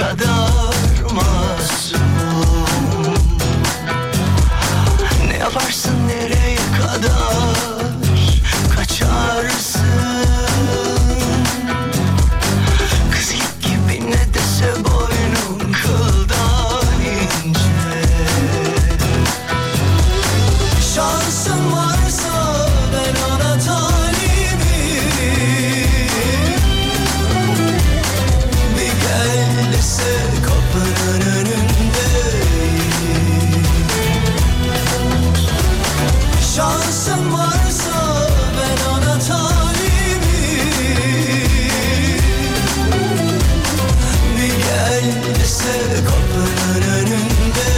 kadar masum. Ne yaparsın, nereye kadar kaçarsın? Kız git gibi ne dese boynun kıldan ince. Şansın varsa ben ona talibim. Bir gel dese kapının önündeyim. Şansın varsa ben ona talibim. Bir gel dese kapının önündeyim.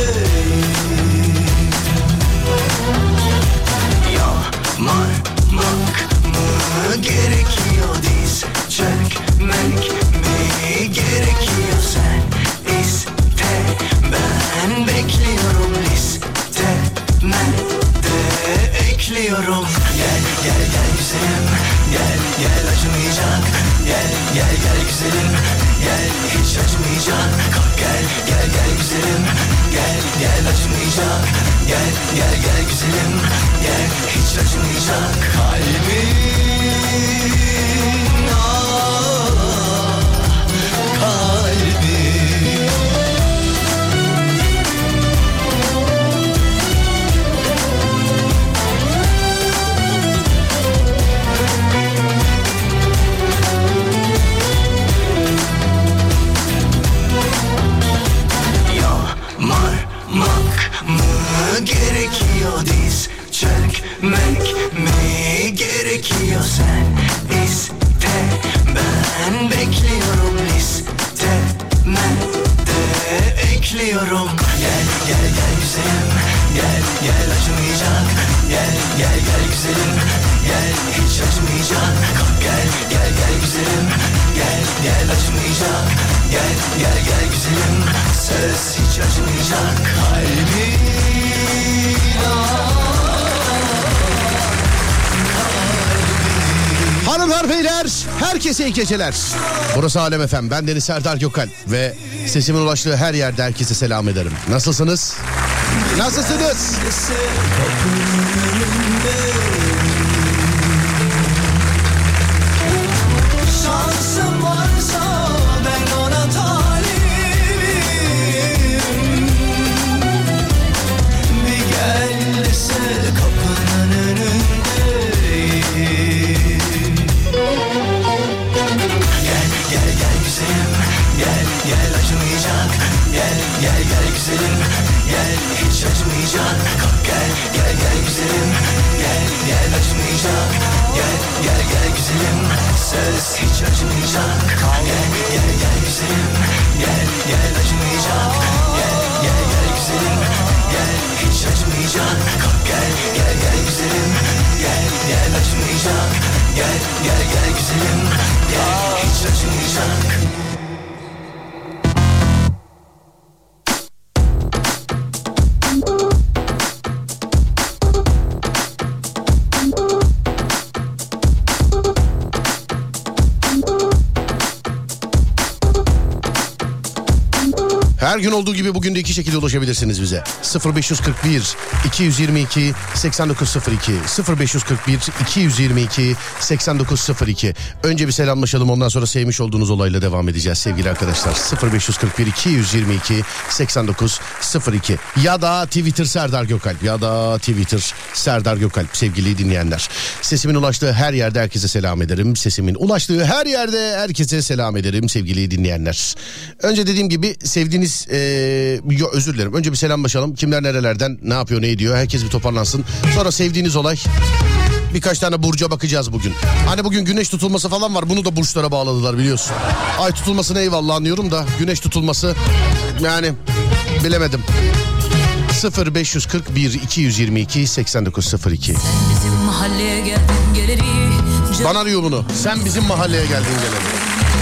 Yapmak mı gerekiyor, diz çökmek mi gerekiyor? Sen iste, ben bekliyorum, listeme de ekliyorum. Gel gel gel güzelim, gel gel acımayacak. Gel gel gel güzelim, gel hiç acımayacak. Kalk gel gel gel güzelim, gel gel acımayacak. Gel gel gel güzelim, gel hiç acımayacak. Kalbim, ah, kalbim. Yapmak mı gerekiyor, diz çökmek mi gerekiyor? Sen iste, ben bekliyorum, listeme de ekliyorum. Gel gel gel güzelim, gel gel acımayacak. Gel gel gel güzelim, gel hiç acımayacak. Kalk gel gel gel güzelim, gel gel acımayacak. Gel gel gel güzelim, söz hiç acımayacak. Kalbim, Hanımlar beyler, herkese iyi geceler. Burası Alem FM, ben Deniz Serdar Gökalp ve sesimin ulaştığı her yerde herkese selam ederim. Nasılsınız? Nasılsınız? şansım varsa ben ona talibim. Bir gel dese kapının önündeyim. Gel gel gel güzelim, gel gel acımayacak. Gel gel gel güzelim, gel hiç acımayacak. Kalk gel gel gel güzelim, gel gel acımayacak. Gel gel gel güzelim, söz hiç acımayacak. Gel gel gel güzelim, gel gel acımayacak. Gel gel gel güzelim, gel hiç acımayacak. Kalk gel gel gel güzelim, gel gel acımayacak. Gel gel gel güzelim, gel hiç acımayacak. Her gün olduğu gibi bugün de iki şekilde ulaşabilirsiniz bize. 0541 222 8902 0541 222 8902. Önce bir selamlaşalım, ondan sonra sevmiş olduğunuz olayla devam edeceğiz sevgili arkadaşlar. 0541 222 8902 ya da Twitter Serdar Gökalp, ya da Twitter Serdar Gökalp sevgili dinleyenler. Sesimin ulaştığı her yerde herkese selam ederim. Sesimin ulaştığı her yerde herkese selam ederim sevgili dinleyenler. Önce dediğim gibi sevdiğiniz özür dilerim. Önce bir selamlaşalım. Kimler nerelerden, ne yapıyor, ne ediyor? Herkes bir toparlansın. Sonra sevdiğiniz olay. Birkaç tane burca bakacağız bugün. Hani bugün güneş tutulması falan var. Bunu da burçlara bağladılar biliyorsun. Ay tutulmasına eyvallah anlıyorum da güneş tutulması yani bilemedim. 0541 222 8902. Bizim mahalleye geldin geleri. Bana diyor bunu. Sen bizim mahalleye geldin geleri.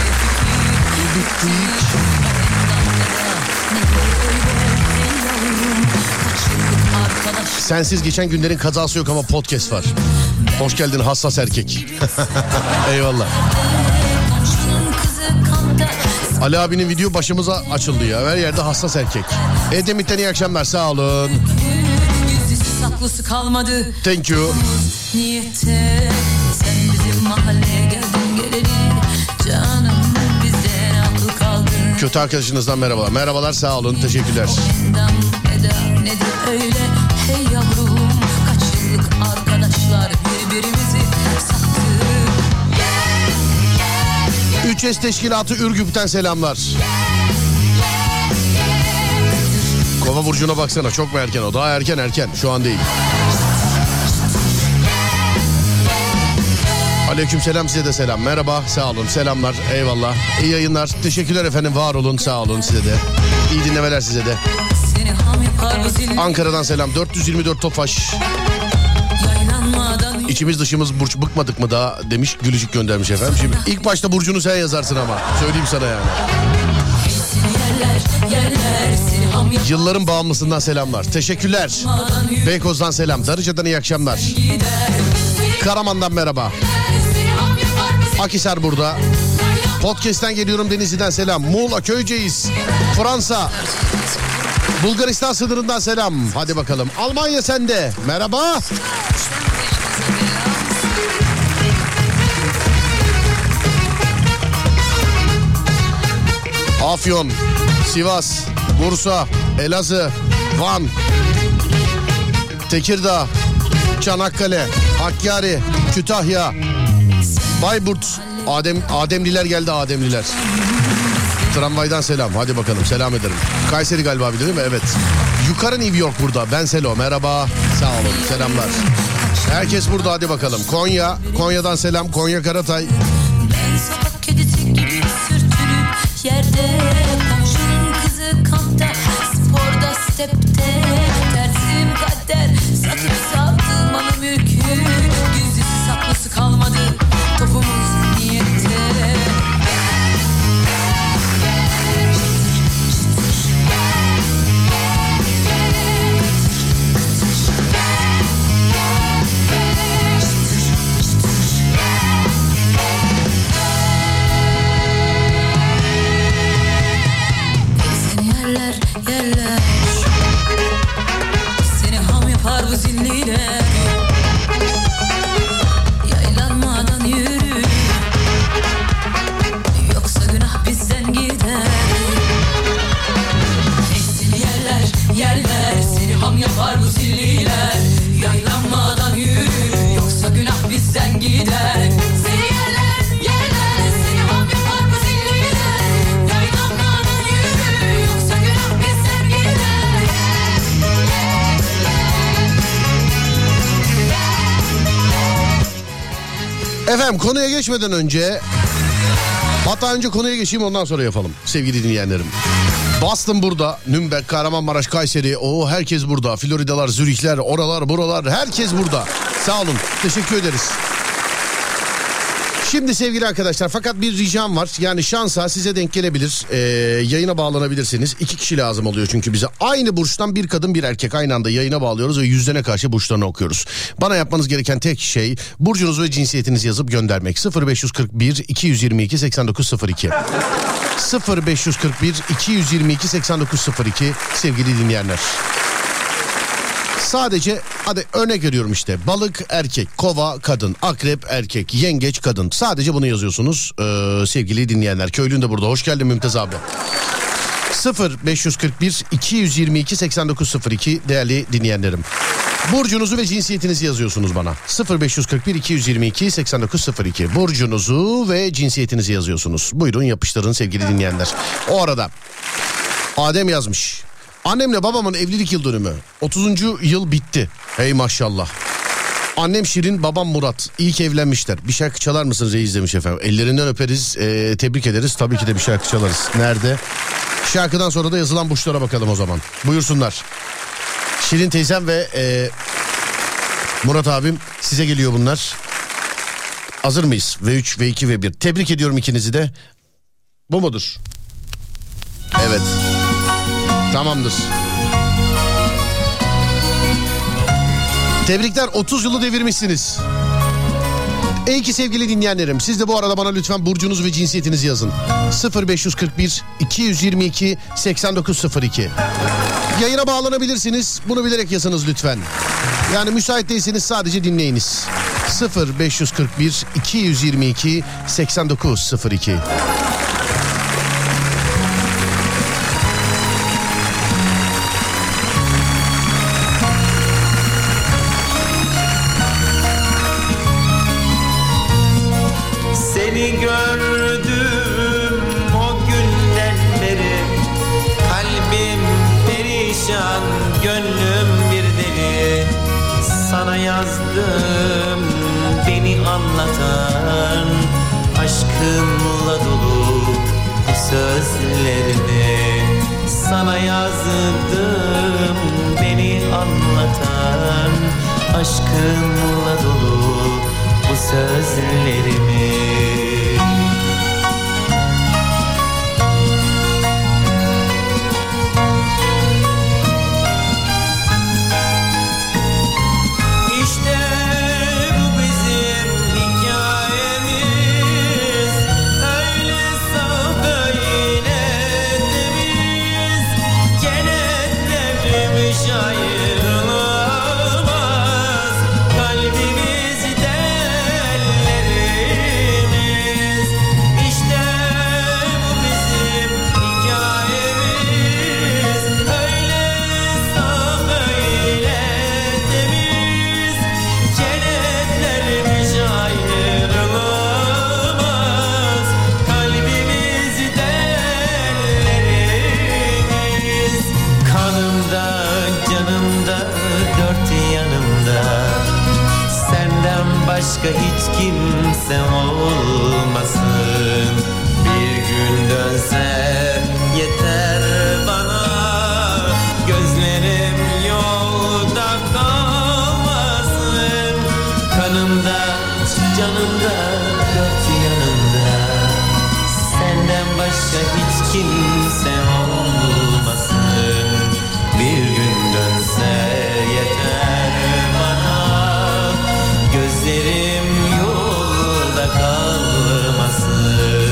Sensiz geçen günlerin kazası yok ama podcast var. Hoş geldin hassas erkek. Eyvallah. Ali abinin video başımıza açıldı ya. Her yerde hassas erkek. Edemit'ten iyi akşamlar, sağ olun. Saklısı kalmadı. Thank you. Niyete sen bizim mahalleye geldin geleli. Canım bizden akıl kaldı. Kötü arkadaşınızdan merhabalar. Merhabalar, sağ olun, teşekkürler. Endam eda nedir öyle? Hey yavrum, kaç yıllık arkadaşlar birbirimizi sattık. 3S Teşkilatı Ürgüp'ten selamlar. Kova burcuna baksana, çok mu erken o? Daha erken, şu an değil. Aleykümselam, size de selam. Merhaba, sağ olun, selamlar, eyvallah. İyi yayınlar, teşekkürler efendim, var olun, sağ olun, size de. İyi dinlemeler size de. Ankara'dan selam, 424 Tofaş. İçimiz dışımız burç, bıkmadık mı daha demiş, gülücük göndermiş efendim. Şimdi ilk başta burcunu sen yazarsın ama, söyleyeyim sana yani. Yılların bağımlısından selamlar, teşekkürler. Beykoz'dan selam, Darıca'dan iyi akşamlar. Karaman'dan merhaba. Akhisar burada. Podcast'ten geliyorum, Denizli'den selam. Muğla Köyceğiz, Fransa. Bulgaristan sınırından selam. Hadi bakalım. Almanya sende. Merhaba. Afyon, Sivas, Bursa, Elazığ, Van, Tekirdağ, Çanakkale, Hakkari, Kütahya, Bayburt, Ademliler geldi, Ademliler. Tramvaydan selam, hadi bakalım, selam ederim. Kayseri galiba bir değil mi? Evet. Yukarı New York burada, Ben Selo, merhaba, sağ olun, selamlar. Herkes burada, hadi bakalım. Konya, Konya'dan selam, Konya Karatay. Ben sokak kedisi gibi sürtünüp yerde, komşunun kızı kampta, sporda stepte, tersim kader, satıp sattım malı mülkü, gizlisi saklısı kalmadı, topumuz niyette. Yerler seni ham yapar bu zilliler. Yaylanmadan yürü, yoksa günah bizden gider. Seni yerler seni ham yapar bu zilliler. Yaylanmadan yürü, yoksa günah bizden gider. Seni yerler seni ham yapar bu zilliler. Yaylanmadan yürü, yoksa günah bizden gider. Efendim, konuya geçmeden önce, hatta önce konuya geçeyim, ondan sonra yapalım sevgili dinleyenlerim. Boston burada, Nürnberg, Kahramanmaraş, Kayseri, herkes burada. Floridalar, Zürihler, oralar, buralar, herkes burada. Sağ olun, teşekkür ederiz. Şimdi sevgili arkadaşlar, fakat bir ricam var. Yani şansa size denk gelebilir. Yayına bağlanabilirsiniz. 2 kişi lazım oluyor çünkü bize. Aynı burçtan bir kadın bir erkek aynı anda yayına bağlıyoruz ve yüzlerine karşı burçlarını okuyoruz. Bana yapmanız gereken tek şey burcunuzu ve cinsiyetinizi yazıp göndermek. 0541 222 8902 0541 222 8902 sevgili dinleyenler. Sadece hadi örnek veriyorum işte, balık erkek, kova kadın, akrep erkek, yengeç kadın. Sadece bunu yazıyorsunuz sevgili dinleyenler. Köylün de burada, hoş geldin Mümtaz abi. 0541 222 8902 değerli dinleyenlerim. Burcunuzu ve cinsiyetinizi yazıyorsunuz bana. 0541 222 8902 burcunuzu ve cinsiyetinizi yazıyorsunuz. Buyurun yapıştırın sevgili dinleyenler. O arada Adem yazmış. Annemle babamın evlilik yıl dönümü. 30. yıl bitti. Hey maşallah. Annem Şirin, babam Murat. İyi ki evlenmişler. Bir şarkı çalar mısınız reis demiş efendim. Ellerinden öperiz, tebrik ederiz. Tabii ki de bir şarkı çalarız. Nerede? Şarkıdan sonra da yazılan burçlara bakalım o zaman. Buyursunlar. Şirin teyzem ve Murat abim, size geliyor bunlar. Hazır mıyız? V3, V2, V1. Tebrik ediyorum ikinizi de. Bu mudur? Evet. Tamamdır. Tebrikler, 30 yılı devirmişsiniz. İyi ki sevgili dinleyenlerim, siz de bu arada bana lütfen burcunuzu ve cinsiyetinizi yazın. 0541 222 8902. Yayına bağlanabilirsiniz. Bunu bilerek yazınız lütfen. Yani müsait değilseniz sadece dinleyiniz. 0541 222 8902. Seni gördüm o günden beri, kalbim perişan, gönlüm bir deli. Sana yazdım beni anlatan, aşkınla dolu bu sözlerimi. Sana yazdım beni anlatan, aşkınla dolu bu sözlerimi. İşte bu bizim hikayemiz, öyle saf öyle temiz, kenetlenmiş ayrılamaz kalbimizde ellerimiz. İşte bu bizim hikayemiz, öyle saf öyle temiz, kenetlenmiş ayrılamaz kalbimizde ellerimiz. Kanımda canımda dört yanımda, senden başka hiç kimse olmasın. Bir gün dönse yeter bana, gözlerim yolda kalmasın. Kanımda canımda dört yanımda, senden başka hiç kimse olmasın. Bir gün dönse yeter bana, gözlerim yolda kalmasın.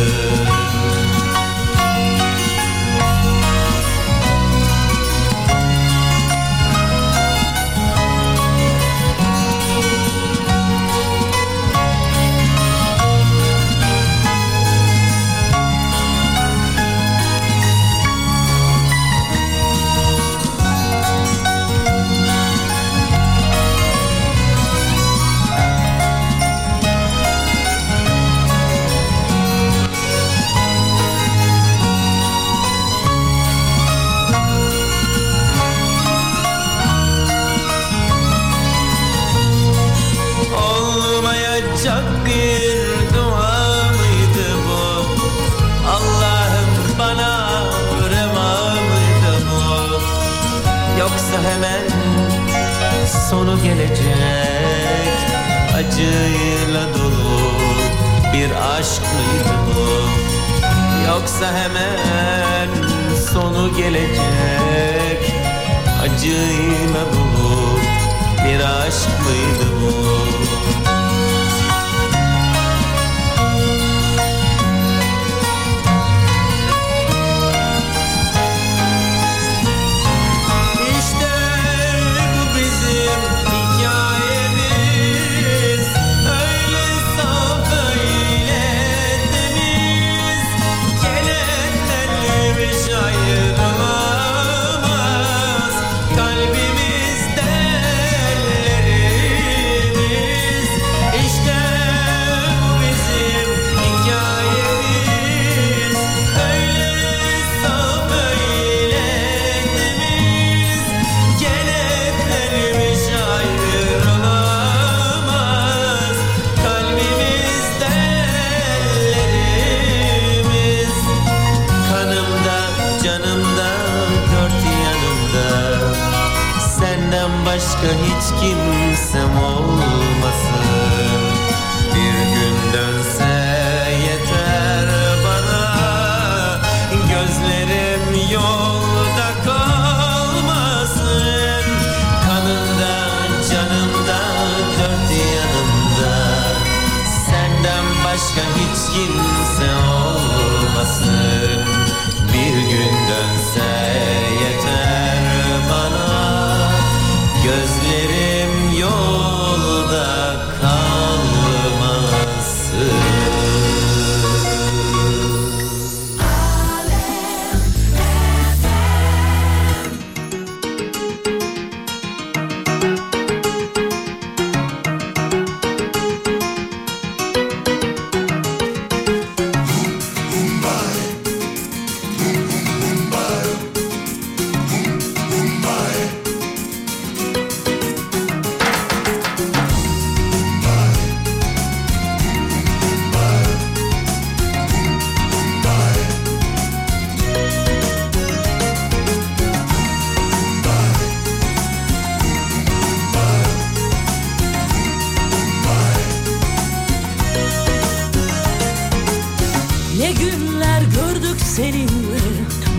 Olmayacak bir dua mıydı bu? Allah'ım bana reva mıydı bu? Yoksa hemen sonu gelecek acıyla dolu bir aşk mıydı bu? Yoksa hemen sonu gelecek acıyla dolu bir aşk mıydı bu? İşte bu bizim hikayemiz, öyle saf öyle temiz, kenetlenmiş ayrılamaz kalbimizde ellerimiz. İşte bu bizim hikayemiz, öyle saf öyle temiz, kenetlenmiş ayrılamaz kalbimizde ellerimiz. Kanımda canımda dört yanımda, senden başka hiç kimsem olmasın. Bir gün dönse yeter bana, gözlerim yolda kalmasın. Kanımda canımda dört yanımda,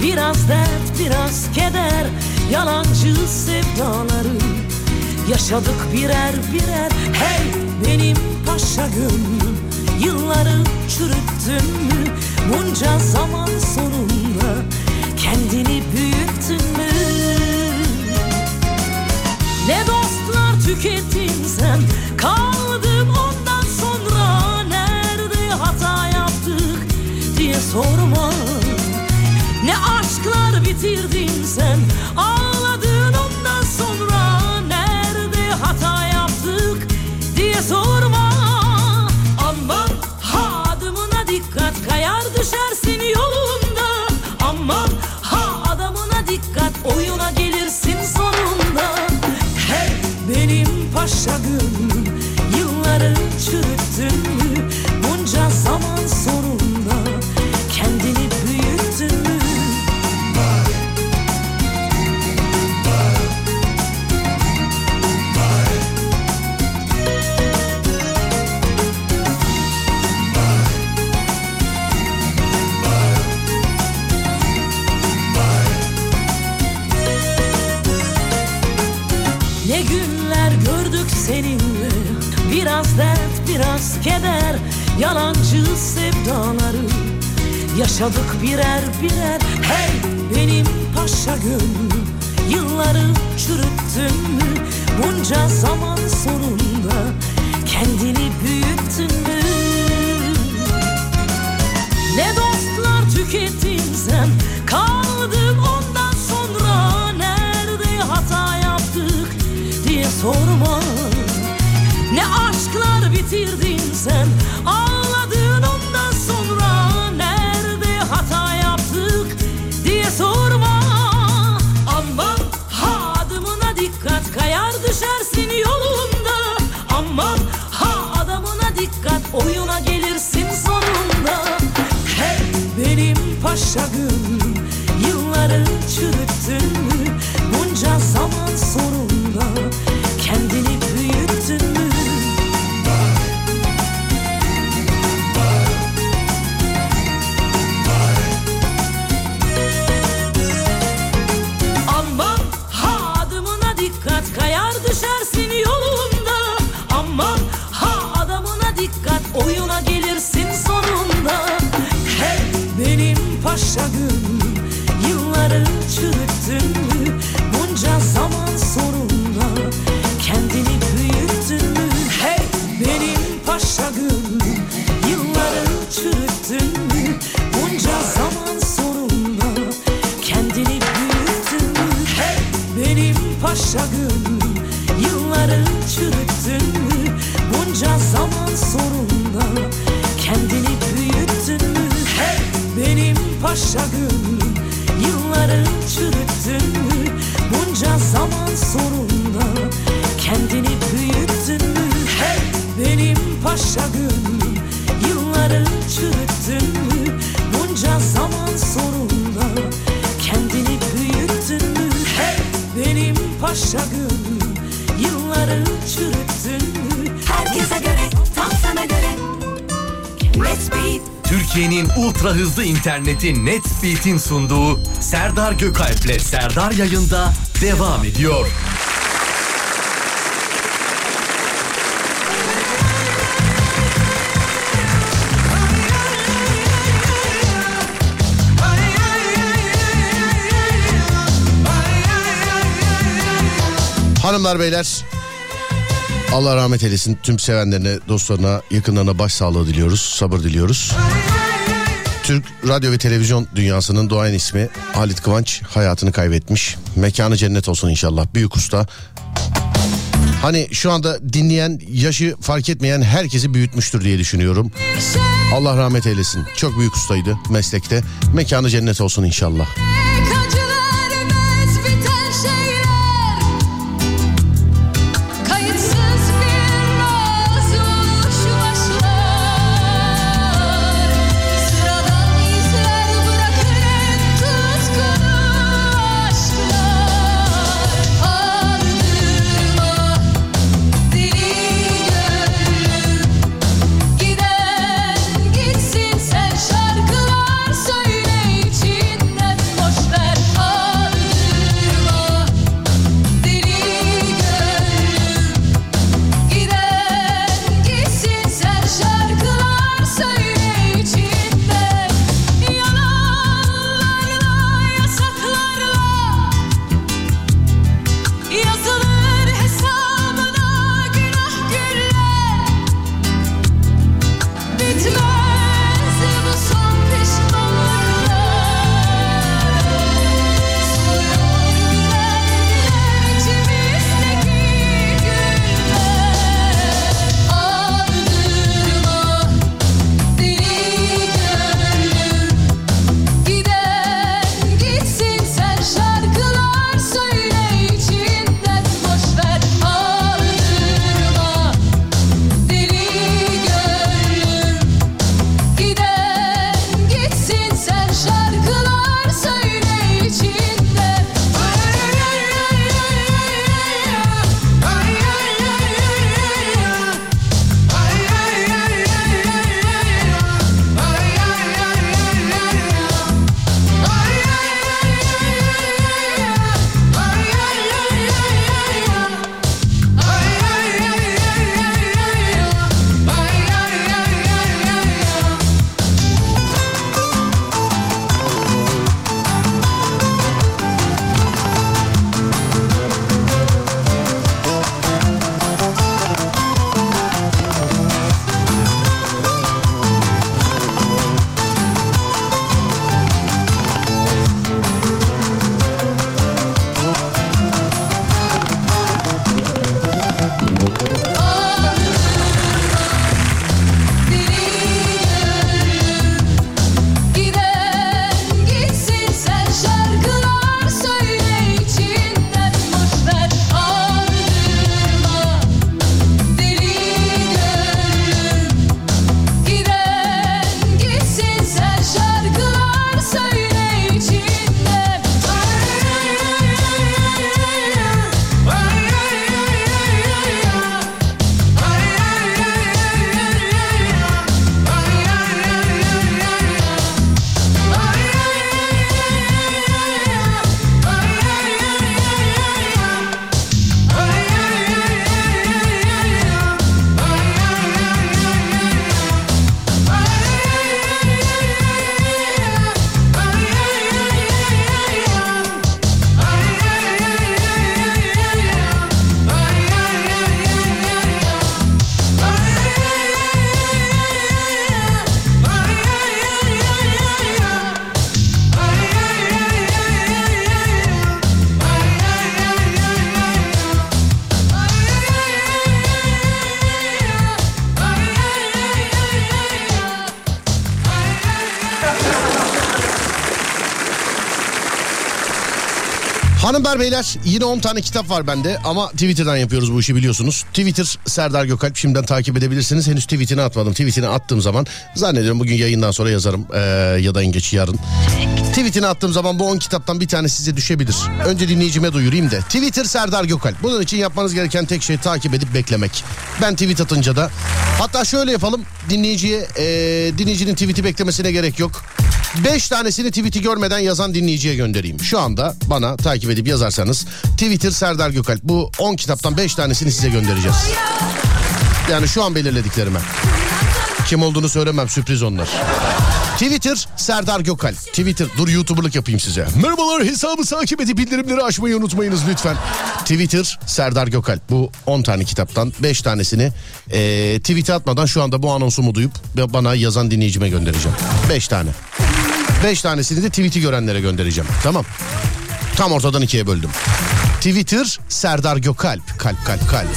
Biraz dert, biraz keder, yalancı sevdaları yaşadık birer birer. Hey benim paşa gönlüm, yılları çürüttün mü? Bunca zaman sonunda kendini büyüttün mü? Ne dostlar tükettin sen, kaldım ondan sonra. Nerede hata yaptık diye sorma. Ne aşklar bitirdin sen, ağladın ondan sonra. Nerede hata yaptık diye sorma. Aman ha adımına dikkat, kayar düşersin yolunda. Aman ha adamına dikkat, oyuna gelirsin sonunda. Hey benim paşa gönlüm, yılları çürüttün mü? Bunca zaman sonunda kendini büyüttün mü? Ne günler gördük seninle, biraz dert, biraz keder, yalancı sevdaları yaşadık birer birer. Hey benim paşa gönlüm, yılları çürüttün mü? Bunca zaman sonunda kendini büyüttün mü? Ne dostlar tükettin sen, kaldım ondan sonra. Nerede hata yaptık diye sorma. Ne aşklar bitirdin sen, ağladın ondan sonra. Nerede hata yaptık diye sorma. Aman ha adımına dikkat, kayar düşersin yolunda. Aman ha adamına dikkat, oyuna gelirsin sonunda. Hey benim paşa gönlüm, yılları çürüttün mü? Bunca zaman sonunda kendini büyüttün mü? Aman ha adımına dikkat, kayar düşersin yolunda. Aman ha adamına dikkat, oyuna gelirsin sonunda. Hey benim paşa gönlüm, yılları çürüttün mü? Bunca zaman sonunda kendini büyüttün mü? Hey benim paşa gönlüm, yılları çürüttün mü? Bunca zaman sonunda kendini büyüttün mü? Hey benim paşa gönlüm, yılları çürüttün mü? Bunca zaman sonunda kendini büyüttün mü? Hey benim paşa gönlüm, yılları çürüttün mü? Bunca zaman sonunda kendini büyüttün mü? Hey benim paşa gönlüm, yılları çürüttün mü? Bunca zaman sonunda kendini büyüttün mü? Hey benim paşa gönlüm, yılları çürüttün mü? Herkese göre, tam sana göre. Netspeed. Türkiye'nin ultra hızlı interneti Netspeed'in sunduğu Serdar Gökalp'le Serdar Yayında devam ediyor. Hanımlar beyler, Allah rahmet eylesin, tüm sevenlerine, dostlarına, yakınlarına başsağlığı diliyoruz, sabır diliyoruz. Türk radyo ve televizyon dünyasının duayen ismi Halit Kıvanç hayatını kaybetmiş. Mekanı cennet olsun inşallah. Büyük usta. Hani şu anda dinleyen, yaşı fark etmeyen herkesi büyütmüştür diye düşünüyorum. Allah rahmet eylesin. Çok büyük ustaydı meslekte. Mekanı cennet olsun inşallah. Hanımlar beyler yine 10 tane kitap var bende ama Twitter'dan yapıyoruz bu işi biliyorsunuz. Twitter Serdar Gökalp, şimdiden takip edebilirsiniz. Henüz tweetini atmadım. Tweetini attığım zaman zannediyorum bugün yayından sonra yazarım ya da en geç yarın. Tweetini attığım zaman bu 10 kitaptan bir tane size düşebilir. Önce dinleyicime duyurayım da. Twitter Serdar Gökalp. Bunun için yapmanız gereken tek şey takip edip beklemek. Ben tweet atınca da hatta şöyle yapalım, dinleyicinin tweet'i beklemesine gerek yok. 5 tanesini tweet'i görmeden yazan dinleyiciye göndereyim. Şu anda bana takip edip yazarsanız Twitter Serdar Gökalp. Bu 10 kitaptan 5 tanesini size göndereceğiz. Yani şu an belirlediklerime. Kim olduğunu söylemem, sürpriz onlar. Twitter Serdar Gökalp. Twitter, dur YouTuber'lık yapayım size. Merhabalar, hesabı takip edip bildirimleri açmayı unutmayınız lütfen. Twitter Serdar Gökalp. Bu 10 tane kitaptan 5 tanesini tweet'e atmadan şu anda bu anonsumu duyup bana yazan dinleyicime göndereceğim. 5 tane. 5 tanesini de tweet'i görenlere göndereceğim. Tamam. Tam ortadan ikiye böldüm. Twitter Serdar Gökalp. Kalp kalp kalp.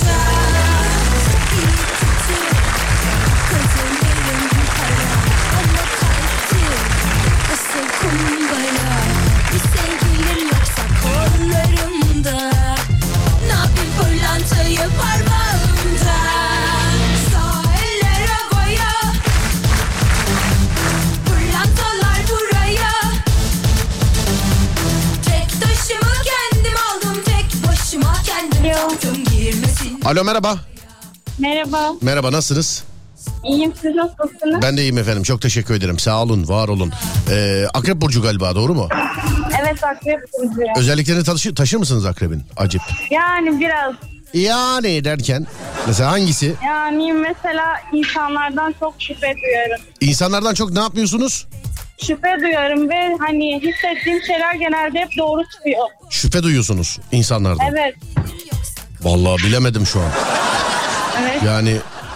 Alo merhaba. Merhaba. Merhaba, nasılsınız? İyiyim, siz nasılsınız? Ben de iyiyim efendim, çok teşekkür ederim, sağ olun, var olun. Akrep burcu galiba, doğru mu? Evet, Akrep burcu. Özelliklerini taşır mısınız akrebin? Acip. Yani biraz. Yani derken mesela hangisi? Yani mesela insanlardan çok şüphe duyuyorum. İnsanlardan çok ne yapmıyorsunuz? Şüphe duyuyorum ve hani hissettiğim şeyler genelde hep doğru çıkıyor. Şüphe duyuyorsunuz insanlardan. Evet. Vallahi bilemedim şu an. Evet. Yani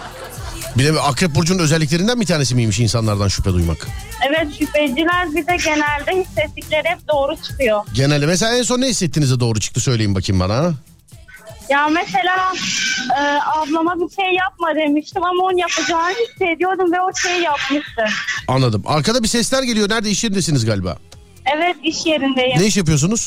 Akrep burcunun özelliklerinden bir tanesi miymiş insanlardan şüphe duymak? Evet, şüpheciler bir de genelde hissettikleri hep doğru çıkıyor. Genelde mesela en son ne hissettiniz de doğru çıktı, söyleyin bakayım bana. Ha? Ya mesela ablama bir şey yapma demiştim ama onun yapacağını hissediyordum ve o şeyi yapmıştı. Anladım. Arkada bir sesler geliyor. Nerede, iş yerindesiniz galiba? Evet, iş yerindeyim. Ne iş yapıyorsunuz?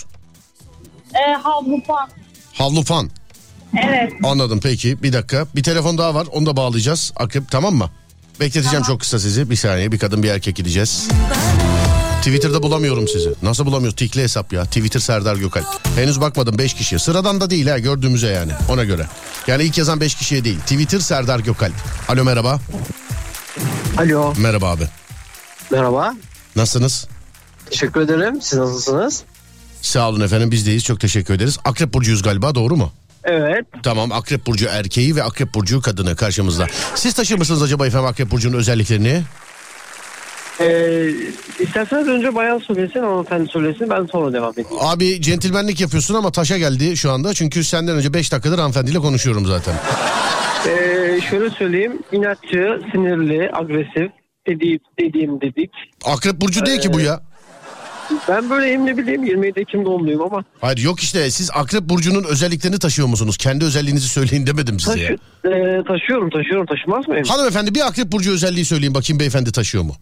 Havlupan. Havlufan. Evet. Anladım, peki bir dakika. Bir telefon daha var, onu da bağlayacağız. Akrep, tamam mı? Bekleteceğim çok kısa sizi. Bir saniye, bir kadın bir erkek gideceğiz. Twitter'da bulamıyorum sizi. Nasıl bulamıyoruz? Tikli hesap ya. Twitter Serdar Gökalp. Henüz bakmadım, 5 kişi. Sıradan da değil ha, gördüğümüze yani. Ona göre. Yani ilk yazan 5 kişiye değil. Twitter Serdar Gökalp. Alo merhaba. Alo. Merhaba abi. Merhaba. Nasılsınız? Teşekkür ederim. Siz nasılsınız? Sağ olun efendim, biz deyiz, çok teşekkür ederiz. Akrep burcuyuz galiba, doğru mu? Evet. Tamam, Akrep burcu erkeği ve Akrep burcu kadını karşımızda. Siz taşır mısınız acaba efendim Akrep burcunun özelliklerini? İsterseniz önce bayan söylesin, hanımefendi söylesin, ben sonra devam edeyim. Abi centilmenlik yapıyorsun ama taşa geldi şu anda. Çünkü senden önce 5 dakikadır hanımefendiyle konuşuyorum zaten. Şöyle söyleyeyim, inatçı, sinirli, agresif, dediğim dedik. Akrep burcu değil ki bu ya. Ben böyleyim, ne bileyim, 27 Ekim doğumluyum ama. Hayır, yok işte, siz Akrep burcunun özelliklerini taşıyor musunuz? Kendi özelliğinizi söyleyin demedim size ya. Taşıyorum, taşımaz mıyım? Hanımefendi bir Akrep burcu özelliği söyleyin bakayım, beyefendi taşıyor mu?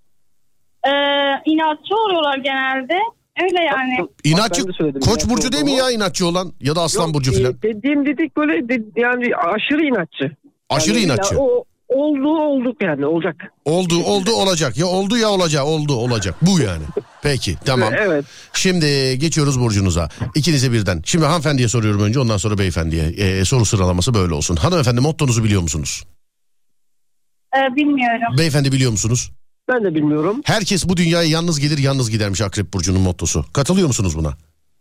İnatçı oluyorlar genelde. Öyle yani. İnatçı, Koç burcu değil mi ya inatçı olan? Ya da Aslan burcu filan. Dediğim dedik böyle yani aşırı inatçı. Aşırı yani inatçı. Olduk yani, olacak. Oldu olacak, ya oldu ya olacak bu yani. Peki tamam. Evet. Şimdi geçiyoruz burcunuza. İkinize birden. Şimdi hanımefendiye soruyorum önce, ondan sonra beyefendiye. Soru sıralaması böyle olsun. Hanımefendi, mottonuzu biliyor musunuz? Bilmiyorum. Beyefendi biliyor musunuz? Ben de bilmiyorum. Herkes bu dünyaya yalnız gelir yalnız gidermiş Akrep burcunun mottosu. Katılıyor musunuz buna?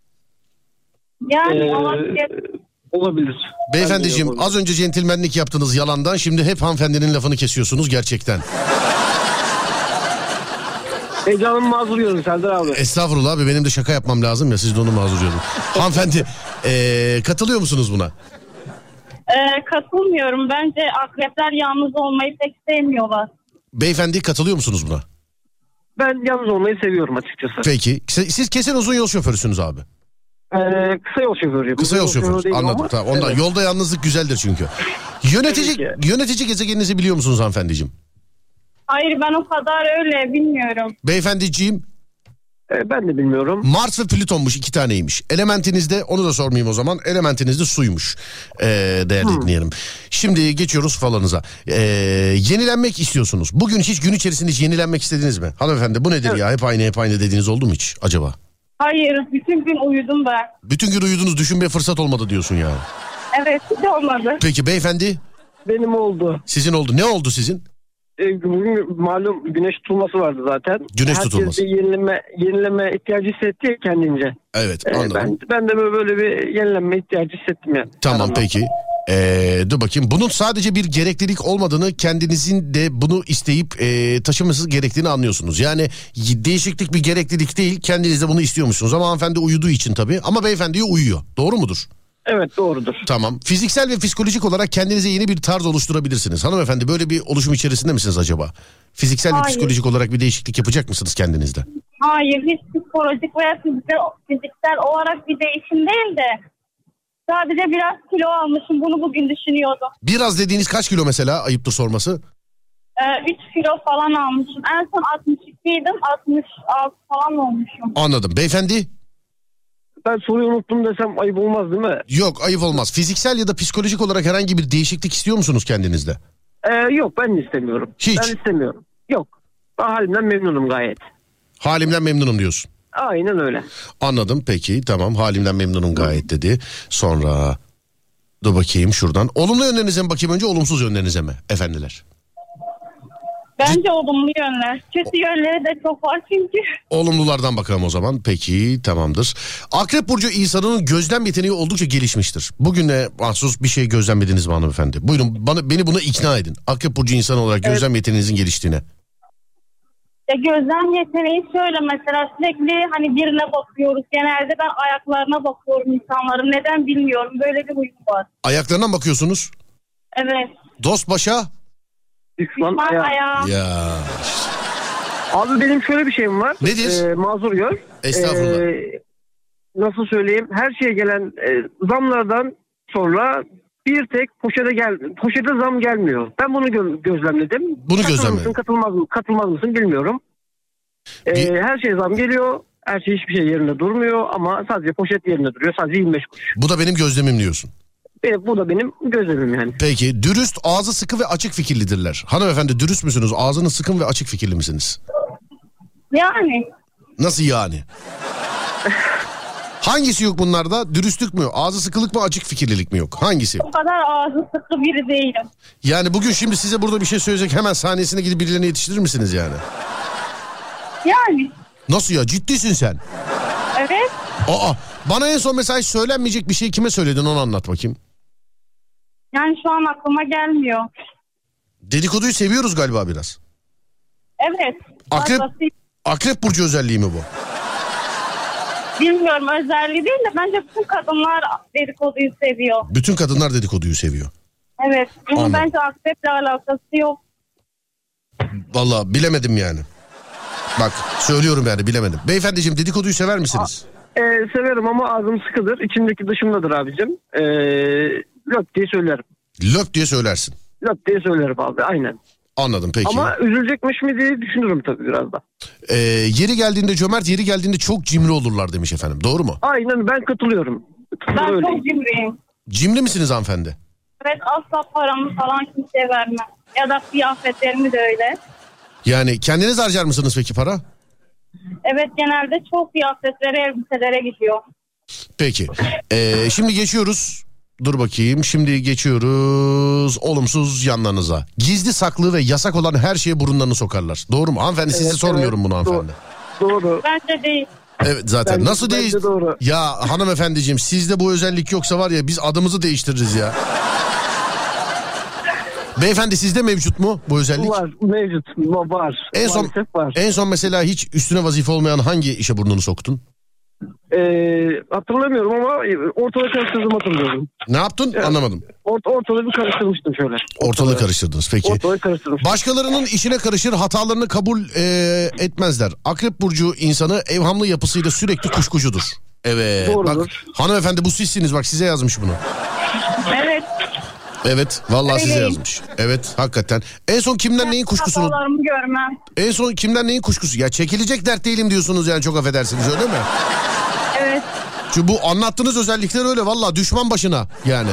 Yani olabilir. Beyefendiciğim, az önce centilmenlik yaptınız yalandan, şimdi hep hanımefendinin lafını kesiyorsunuz gerçekten. Heyecanımı mazluruyorum Serdar abi. Estağfurullah abi, benim de şaka yapmam lazım ya, siz de onu mazuruyordun. Hanımefendi katılıyor musunuz buna? Katılmıyorum. Bence akrepler yalnız olmayı pek sevmiyorlar. Beyefendi katılıyor musunuz buna? Ben yalnız olmayı seviyorum açıkçası. Peki siz kesin uzun yol şoförüsünüz abi. Kısa yol şoförüyüm. Kısa yol şoförü, anladım. Tamam. Ondan evet. Yolda yalnızlık güzeldir çünkü. Yönetici gezegeninizi biliyor musunuz hanımefendiciğim? Hayır, ben o kadar öyle bilmiyorum. Beyefendiciğim? Ben de bilmiyorum. Mars ve Plüton'muş, 2 taneymiş. Elementinizde, onu da sormayayım o zaman. Elementinizde suymuş. Değerli dinleyelim. Şimdi geçiyoruz falanıza. Yenilenmek istiyorsunuz. Bugün hiç gün içerisinde hiç yenilenmek istediniz mi? Hanımefendi bu nedir ya? Hep aynı dediğiniz oldu mu hiç acaba? Hayır, bütün gün uyudum ben. Bütün gün uyudunuz, düşünmeye fırsat olmadı diyorsun yani. Evet, hiç olmadı. Peki beyefendi? Benim oldu. Sizin oldu. Ne oldu sizin? Bugün malum güneş tutulması vardı zaten. Güneş tutulması. Herkes bir yenileme ihtiyacı hissetti ya kendince. Evet, anladım. Ben de böyle bir yenilenme ihtiyacı hissettim yani. Tamam peki. Dur bakayım. Bunun sadece bir gereklilik olmadığını, kendinizin de bunu isteyip taşıması gerektiğini anlıyorsunuz. Yani değişiklik bir gereklilik değil, kendiniz de bunu istiyormuşsunuz. Ama hanımefendi uyuduğu için tabii. Ama beyefendi uyuyor. Doğru mudur? Evet, doğrudur. Tamam. Fiziksel ve psikolojik olarak kendinize yeni bir tarz oluşturabilirsiniz. Hanımefendi böyle bir oluşum içerisinde misiniz acaba? Fiziksel ve psikolojik olarak bir değişiklik yapacak mısınız kendinizde? Hayır, hiç psikolojik veya fiziksel olarak bir değişim değil de sadece biraz kilo almışım, bunu bugün düşünüyordum. Biraz dediğiniz kaç kilo mesela, ayıptır sorması? 3 kilo falan almışım. En son 62'ydim, 66 falan olmuşum. Anladım. Beyefendi? Ben soruyu unuttum desem ayıp olmaz değil mi? Yok, ayıp olmaz. Fiziksel ya da psikolojik olarak herhangi bir değişiklik istiyor musunuz kendinizde? Yok, ben de istemiyorum. Hiç? Ben istemiyorum. Yok. Ben halimden memnunum gayet. Halimden memnunum diyorsun. Aynen öyle. Anladım, peki tamam, halimden memnunum gayet dedi. Sonra dur bakayım şuradan. Olumlu yönlerinize mi bakayım önce, olumsuz yönlerinize mi efendiler? Bence olumlu yönler. Kötü yönleri de çok var çünkü. Olumlulardan bakalım o zaman. Peki, tamamdır. Akrep burcu insanının gözlem yeteneği oldukça gelişmiştir. Bugüne mahsus bir şey gözlemlediniz mi hanımefendi? Buyurun beni buna ikna edin. Akrep burcu insanı olarak gözlem yeteneğinizin geliştiğine. Gözlem yeteneği şöyle, mesela sürekli hani birine bakıyoruz. Genelde ben ayaklarına bakıyorum insanların. Neden bilmiyorum. Böyle bir huyum var. Ayaklarına bakıyorsunuz? Evet. Dost başa? Düşman ayağı. Ya. Abi benim şöyle bir şeyim var. Nedir? Mazur gör. Estağfurullah. Nasıl söyleyeyim? Her şeye gelen zamlardan sonra bir tek poşete zam gelmiyor. Ben bunu gözlemledim. Bunu gözlemledim. Katılmaz mısın bilmiyorum. Her şeye zam geliyor. Her şey, hiçbir şey yerinde durmuyor ama sadece poşet yerinde duruyor. Sadece 25 kuruş. Bu da benim gözlemim diyorsun. Bu da benim gözlemim yani. Peki, dürüst, ağzı sıkı ve açık fikirlidirler. Hanımefendi dürüst müsünüz? Ağzınız sıkın ve açık fikirli misiniz? Yani. Nasıl yani? Hangisi yok bunlarda? Dürüstlük mü? Ağzı sıkılık mı? Açık fikirlilik mi yok? Hangisi? O kadar ağzı sıkı biri değilim. Yani bugün şimdi size burada bir şey söyleyecek, hemen saniyesine gidip birilerine yetiştirir misiniz yani? Yani. Nasıl ya? Ciddisin sen? Evet. Bana en son mesela hiç söylenmeyecek bir şey kime söyledin, onu anlat bakayım. Yani şu an aklıma gelmiyor. Dedikoduyu seviyoruz galiba biraz. Evet. Akrep burcu özelliği mi bu? Bilmiyorum, özelliği değil de bence bütün kadınlar dedikoduyu seviyor. Bütün kadınlar dedikoduyu seviyor. Evet. Bunun bence akreple alakası yok. Vallahi bilemedim yani. Bak söylüyorum yani, bilemedim. Beyefendiciğim, dedikoduyu sever misiniz? Severim ama ağzım sıkıdır. İçimdeki dışımdadır abicim. Löp diye söylerim. Löp diye söylersin. Löp diye söylerim abi, aynen. Anladım, peki. Ama üzülecekmiş mi diye düşünürüm tabii biraz da. Yeri geldiğinde cömert, yeri geldiğinde çok cimri olurlar demiş efendim. Doğru mu? Aynen, ben katılıyorum. Ben çok cimriyim. Cimri misiniz hanımefendi? Evet, asla paramı falan kimseye vermem. Ya da kıyafetlerimi de öyle. Yani kendiniz harcar mısınız peki para? Evet, genelde çok kıyafetlere, elbiselere gidiyor. Peki. Şimdi geçiyoruz. Dur bakayım. Şimdi geçiyoruz olumsuz yanlarınıza. Gizli saklı ve yasak olan her şeye burunlarını sokarlar. Doğru mu? Hanımefendi, size sormuyorum bunu hanımefendi. Doğru. Bence değil. Evet zaten. Bence, nasıl değil? Doğru. Ya hanımefendiciğim, sizde bu özellik yoksa var ya, biz adımızı değiştiririz ya. Beyefendi, sizde mevcut mu bu özellik? Var, mevcut. Var. En son mesela hiç üstüne vazife olmayan hangi işe burnunu soktun? Hatırlamıyorum ama ortalığı karıştırdım, hatırlıyorum. Ne yaptın? Yani, anlamadım. Ortalığı bir karıştırmıştım şöyle. Ortalığı karıştırdınız, peki. Ortalığı karıştırmıştım. Başkalarının işine karışır, hatalarını kabul etmezler. Akrep burcu insanı evhamlı yapısıyla sürekli kuşkucudur. Evet. Doğrudur. Bak hanımefendi, bu sizsiniz, bak size yazmış bunu. Evet. Evet vallahi size Öyleyim. yazmış. Evet hakikaten. En son kimden neyin kuşkusunu? Hatalarımı görmem. En son kimden neyin kuşkusu? Ya çekilecek dert değilim diyorsunuz yani, çok affedersiniz, öyle mi? Evet. Çünkü bu anlattığınız özellikler öyle vallahi, düşman başına yani.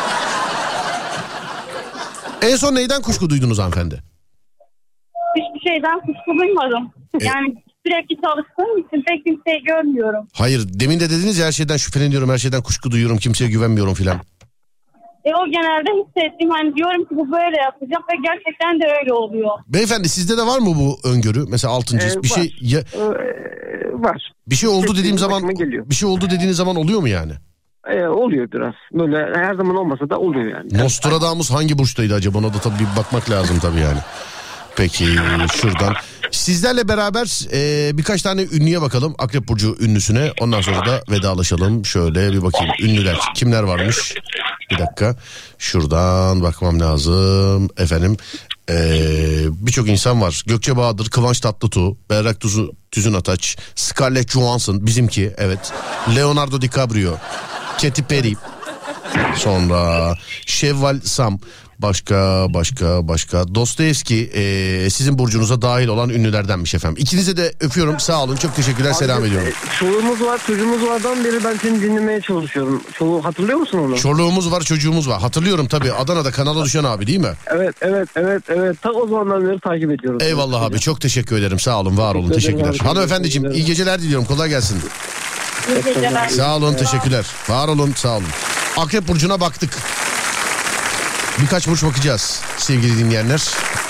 En son neyden kuşku duydunuz hanımefendi? Hiçbir şeyden kuşku duymadım. Yani sürekli çalıştığım için pek kimseyi görmüyorum. Hayır, demin de dediniz ya, her şeyden şüpheleniyorum, her şeyden kuşku duyuyorum, kimseye güvenmiyorum filan. O genelde hissettiğim, hani diyorum ki bu böyle yapacak ve gerçekten de öyle oluyor. Beyefendi sizde de var mı bu öngörü? Mesela 6. his bir var. şey Var. bir şey oldu dediğim zaman, Başıma geliyor. bir şey oldu dediğiniz zaman oluyor mu yani? Oluyor biraz. Böyle her zaman olmasa da oluyor yani. Nostradamus hangi burçtaydı acaba? Ona da tabii bir bakmak lazım tabii yani. Peki şuradan. Sizlerle beraber birkaç tane ünlüye bakalım. Akrep Burcu ünlüsüne. Ondan sonra da vedalaşalım. Şöyle bir bakayım. Ünlüler kimler varmış? Bir dakika. Şuradan bakmam lazım. Efendim. Birçok insan var. Gökçe Bahadır, Kıvanç Tatlıtuğ, Berrak Tüzün Ataç, Scarlett Johansson bizimki, evet. Leonardo DiCaprio, Katy Perry. Sonra Şevval Sam. Başka. Dostoyevski sizin burcunuza dahil olan ünlülerdenmiş efendim. İkinize de öpüyorum, sağ olun, çok teşekkürler, selam ediyorum. Çoluğumuz var, çocuğumuz vardan beri ben seni dinlemeye çalışıyorum. Çoluğu hatırlıyor musun onu? Çoluğumuz var, çocuğumuz var. Hatırlıyorum tabii, Adana'da kanala düşen abi değil mi? Evet. Ta o zamandan beri takip ediyorum. Eyvallah abi, çok teşekkür ederim, sağ olun, var olun, teşekkürler. Hanımefendiciğim iyi geceler diliyorum, kolay gelsin. İyi geceler. Sağ olun, teşekkürler. Var olun, sağ olun. Akrep Burcu'na baktık. Birkaç burç bakacağız sevgili dinleyenler.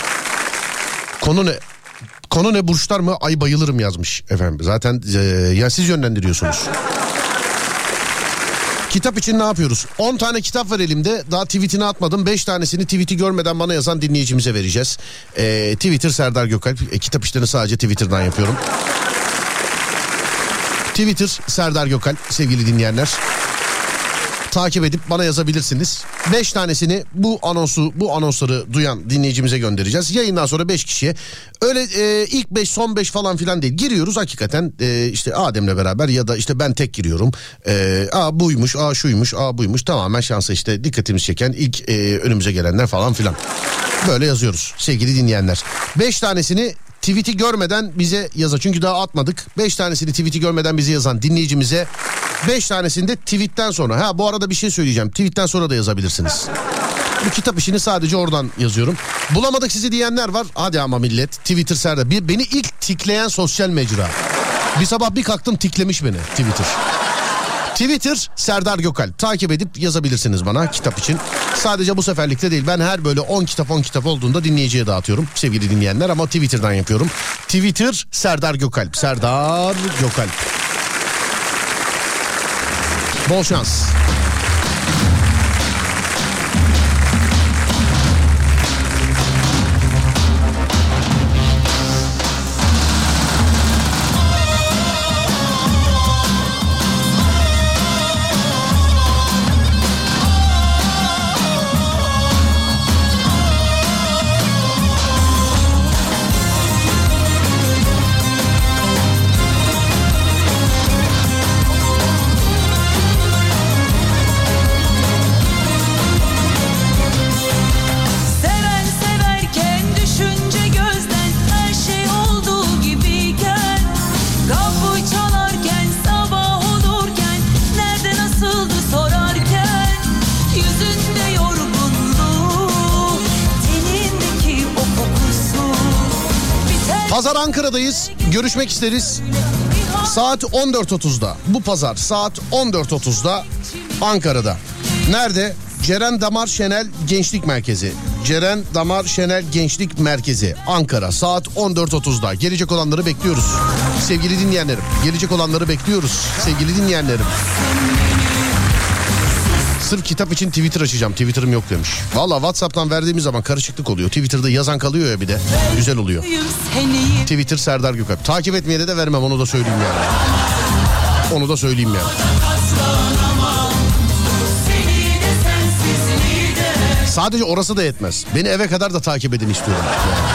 Konu ne burçlar mı? Ay bayılırım yazmış efendim. Zaten ya siz yönlendiriyorsunuz. Kitap için ne yapıyoruz? 10 tane kitap var elimde. Daha tweetini atmadım. 5 tanesini tweeti görmeden bana yazan dinleyicimize vereceğiz. Twitter Serdar Gökalp. Kitap işlerini sadece Twitter'dan yapıyorum. Twitter Serdar Gökalp sevgili dinleyenler. Takip edip bana yazabilirsiniz. 5 tanesini bu anonsları duyan dinleyicimize göndereceğiz. Yayından sonra 5 kişiye. Öyle ilk 5 son 5 falan filan değil. Giriyoruz hakikaten işte Adem'le beraber ya da işte ben tek giriyorum. Buymuş, şuymuş, buymuş. Tamamen şansa işte dikkatimizi çeken ilk önümüze gelenler falan filan. Böyle yazıyoruz sevgili dinleyenler. 5 tanesini tweet'i görmeden bize yazın. Çünkü daha atmadık. 5 tanesini tweet'i görmeden bize yazan dinleyicimize 5 tanesini de tweet'ten sonra. Bu arada bir şey söyleyeceğim. Tweet'ten sonra da yazabilirsiniz. Bu kitap işini sadece oradan yazıyorum. Bulamadık sizi diyenler var. Hadi ama millet. Twitter Serdar. Beni ilk tikleyen sosyal mecra. Bir sabah bir kalktım tiklemiş beni Twitter. Twitter Serdar Gökalp. Takip edip yazabilirsiniz bana kitap için. Sadece bu seferlikte değil. Ben her böyle 10 kitap olduğunda dinleyiciye dağıtıyorum sevgili dinleyenler, ama Twitter'dan yapıyorum. Twitter Serdar Gökalp. Serdar Gökalp. Bol şans. Pazar Ankara'dayız. Görüşmek isteriz. Saat 14.30'da. Bu pazar saat 14.30'da Ankara'da. Nerede? Ceren Damar Şenel Gençlik Merkezi. Ceren Damar Şenel Gençlik Merkezi Ankara saat 14.30'da. Gelecek olanları bekliyoruz. Sevgili dinleyenlerim. Gelecek olanları bekliyoruz. Sevgili dinleyenlerim. Sırf kitap için Twitter açacağım. Twitter'ım yok demiş. Valla WhatsApp'tan verdiğimiz zaman karışıklık oluyor. Twitter'da yazan kalıyor ya bir de. Güzel oluyor. Twitter Serdar Gökalp. Takip etmeye de vermem, onu da söyleyeyim yani. Onu da söyleyeyim yani. Sadece orası da yetmez. Beni eve kadar da takip edin istiyorum. Yani.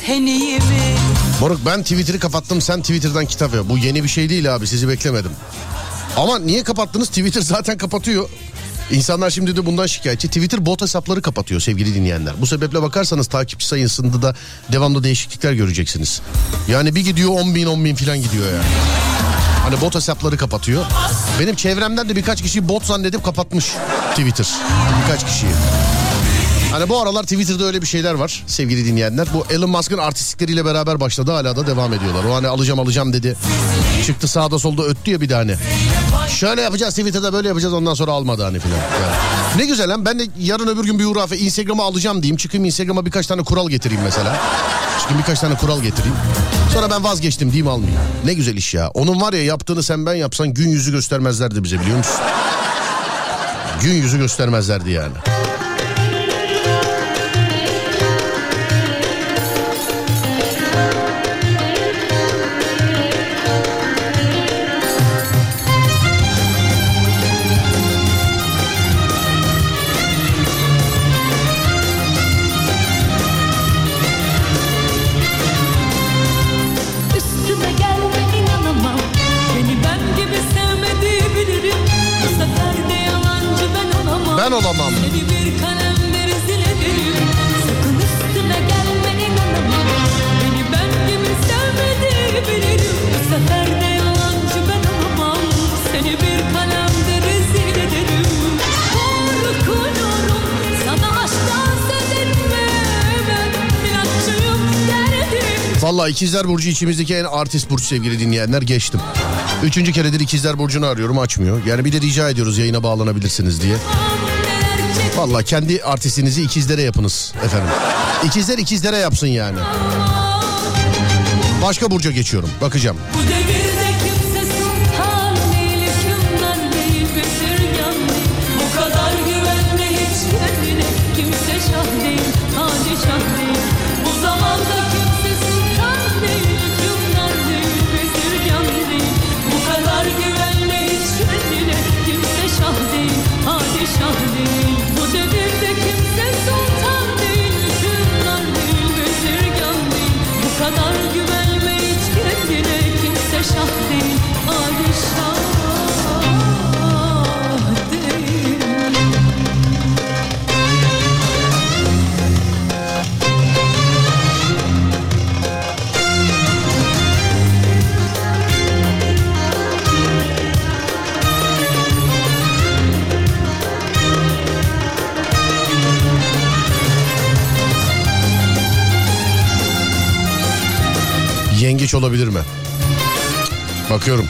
sen iyi mi? Moruk ben Twitter'ı kapattım, sen Twitter'dan kitap yap. Bu yeni bir şey değil abi, sizi beklemedim. Ama niye kapattınız? Twitter zaten kapatıyor. İnsanlar şimdi de bundan şikayetçi. Twitter bot hesapları kapatıyor sevgili dinleyenler. Bu sebeple bakarsanız takipçi sayısında da devamlı değişiklikler göreceksiniz. Yani bir gidiyor 10.000 falan gidiyor yani. Hani bot hesapları kapatıyor. Benim çevremden de birkaç kişi bot zannedip kapatmış Twitter. Birkaç kişiyi. Hani bu aralar Twitter'da öyle bir şeyler var sevgili dinleyenler. Bu Elon Musk'ın artistlikleriyle beraber başladı, hala da devam ediyorlar. O hani alacağım dedi. Çıktı sağda solda öttü ya bir de hani. Şöyle yapacağız Twitter'da, böyle yapacağız, ondan sonra almadı hani filan. Yani. Ne güzel lan, ben de yarın öbür gün bir hurafe Instagram'a alacağım diyeyim. Çıkayım Instagram'a birkaç tane kural getireyim mesela. Sonra ben vazgeçtim diyeyim, almayayım. Ne güzel iş ya. Onun var ya, yaptığını sen ben yapsan gün yüzü göstermezlerdi bize, biliyor musun? Gün yüzü göstermezlerdi yani. Ben olamam. Seni bir kalemle rezil ederim. Sakın üstüme gelme, inanamam. Beni ben gibi sevmediği bilirim. Bu sefer de yalancı ben olamam. Seni bir kalemde rezil ederim. Korkuyorum sana aşktan söz etmem. İnatçıyım derdim. Vallahi İkizler Burcu içimizdeki en artist burç sevgili dinleyenler, geçtim. 3. keredir İkizler Burcu'nu arıyorum, açmıyor. Yani bir de rica ediyoruz yayına bağlanabilirsiniz diye. Vallahi kendi artistinizi ikizlere yapınız efendim. İkizler ikizlere yapsın yani. Başka burca geçiyorum, bakacağım. Bu devirde kimse sultan değil, hükümdar değil, bezirgan değil. Bu kadar güvenme hiç kendine, kimse şah değil, padişah değil. Bu zamanda kimse sultan değil, hükümdar değil, bezirgan değil. Bu kadar güvenme hiç kendine, kimse şah değil, padişah değil. Bu devirde kimse sultan değil, hükümdar değil, bezirgan değil. Bu kadar güvenme hiç kendine, kimse şah değil, padişah değil. Yengeç olabilir mi? Bakıyorum.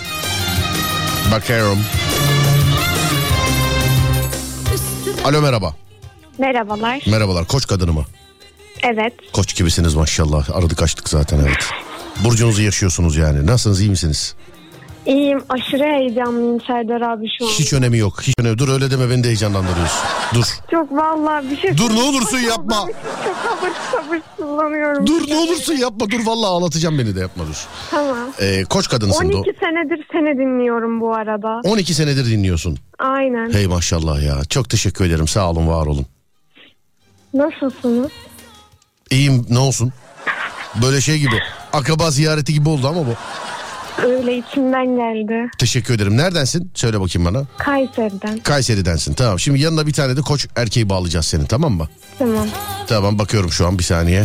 Alo, merhaba. Merhabalar. Merhabalar, Koç kadını mı? Evet. Koç gibisiniz maşallah, aradık açtık zaten, evet. Burcunuzu yaşıyorsunuz yani. Nasılsınız, iyi misiniz? İyiyim. Aşırı heyecanlıyım Serdar abi şu an. Hiç önemi yok. Hiç önemi. Dur öyle deme, beni de heyecanlandırıyorsun. Dur. Çok vallahi bir şey... Dur ne olursun yapma. Çok sabırsızlanıyorum. Dur ne olursun yapma. Dur vallahi ağlatacağım beni de, yapma dur. Tamam. Koç kadınsın. 12 senedir seni dinliyorum bu arada. 12 senedir dinliyorsun. Aynen. Hey maşallah ya. Çok teşekkür ederim. Sağ olun, var olun. Nasılsınız? İyiyim, ne olsun. Böyle şey gibi. Akraba ziyareti gibi oldu ama bu. Öyle içimden geldi. Teşekkür ederim. Neredensin? Söyle bakayım bana. Kayseri'den. Kayseri'densin. Tamam. Şimdi yanına bir tane de Koç erkeği bağlayacağız senin, tamam mı? Tamam. Tamam, bakıyorum şu an, bir saniye.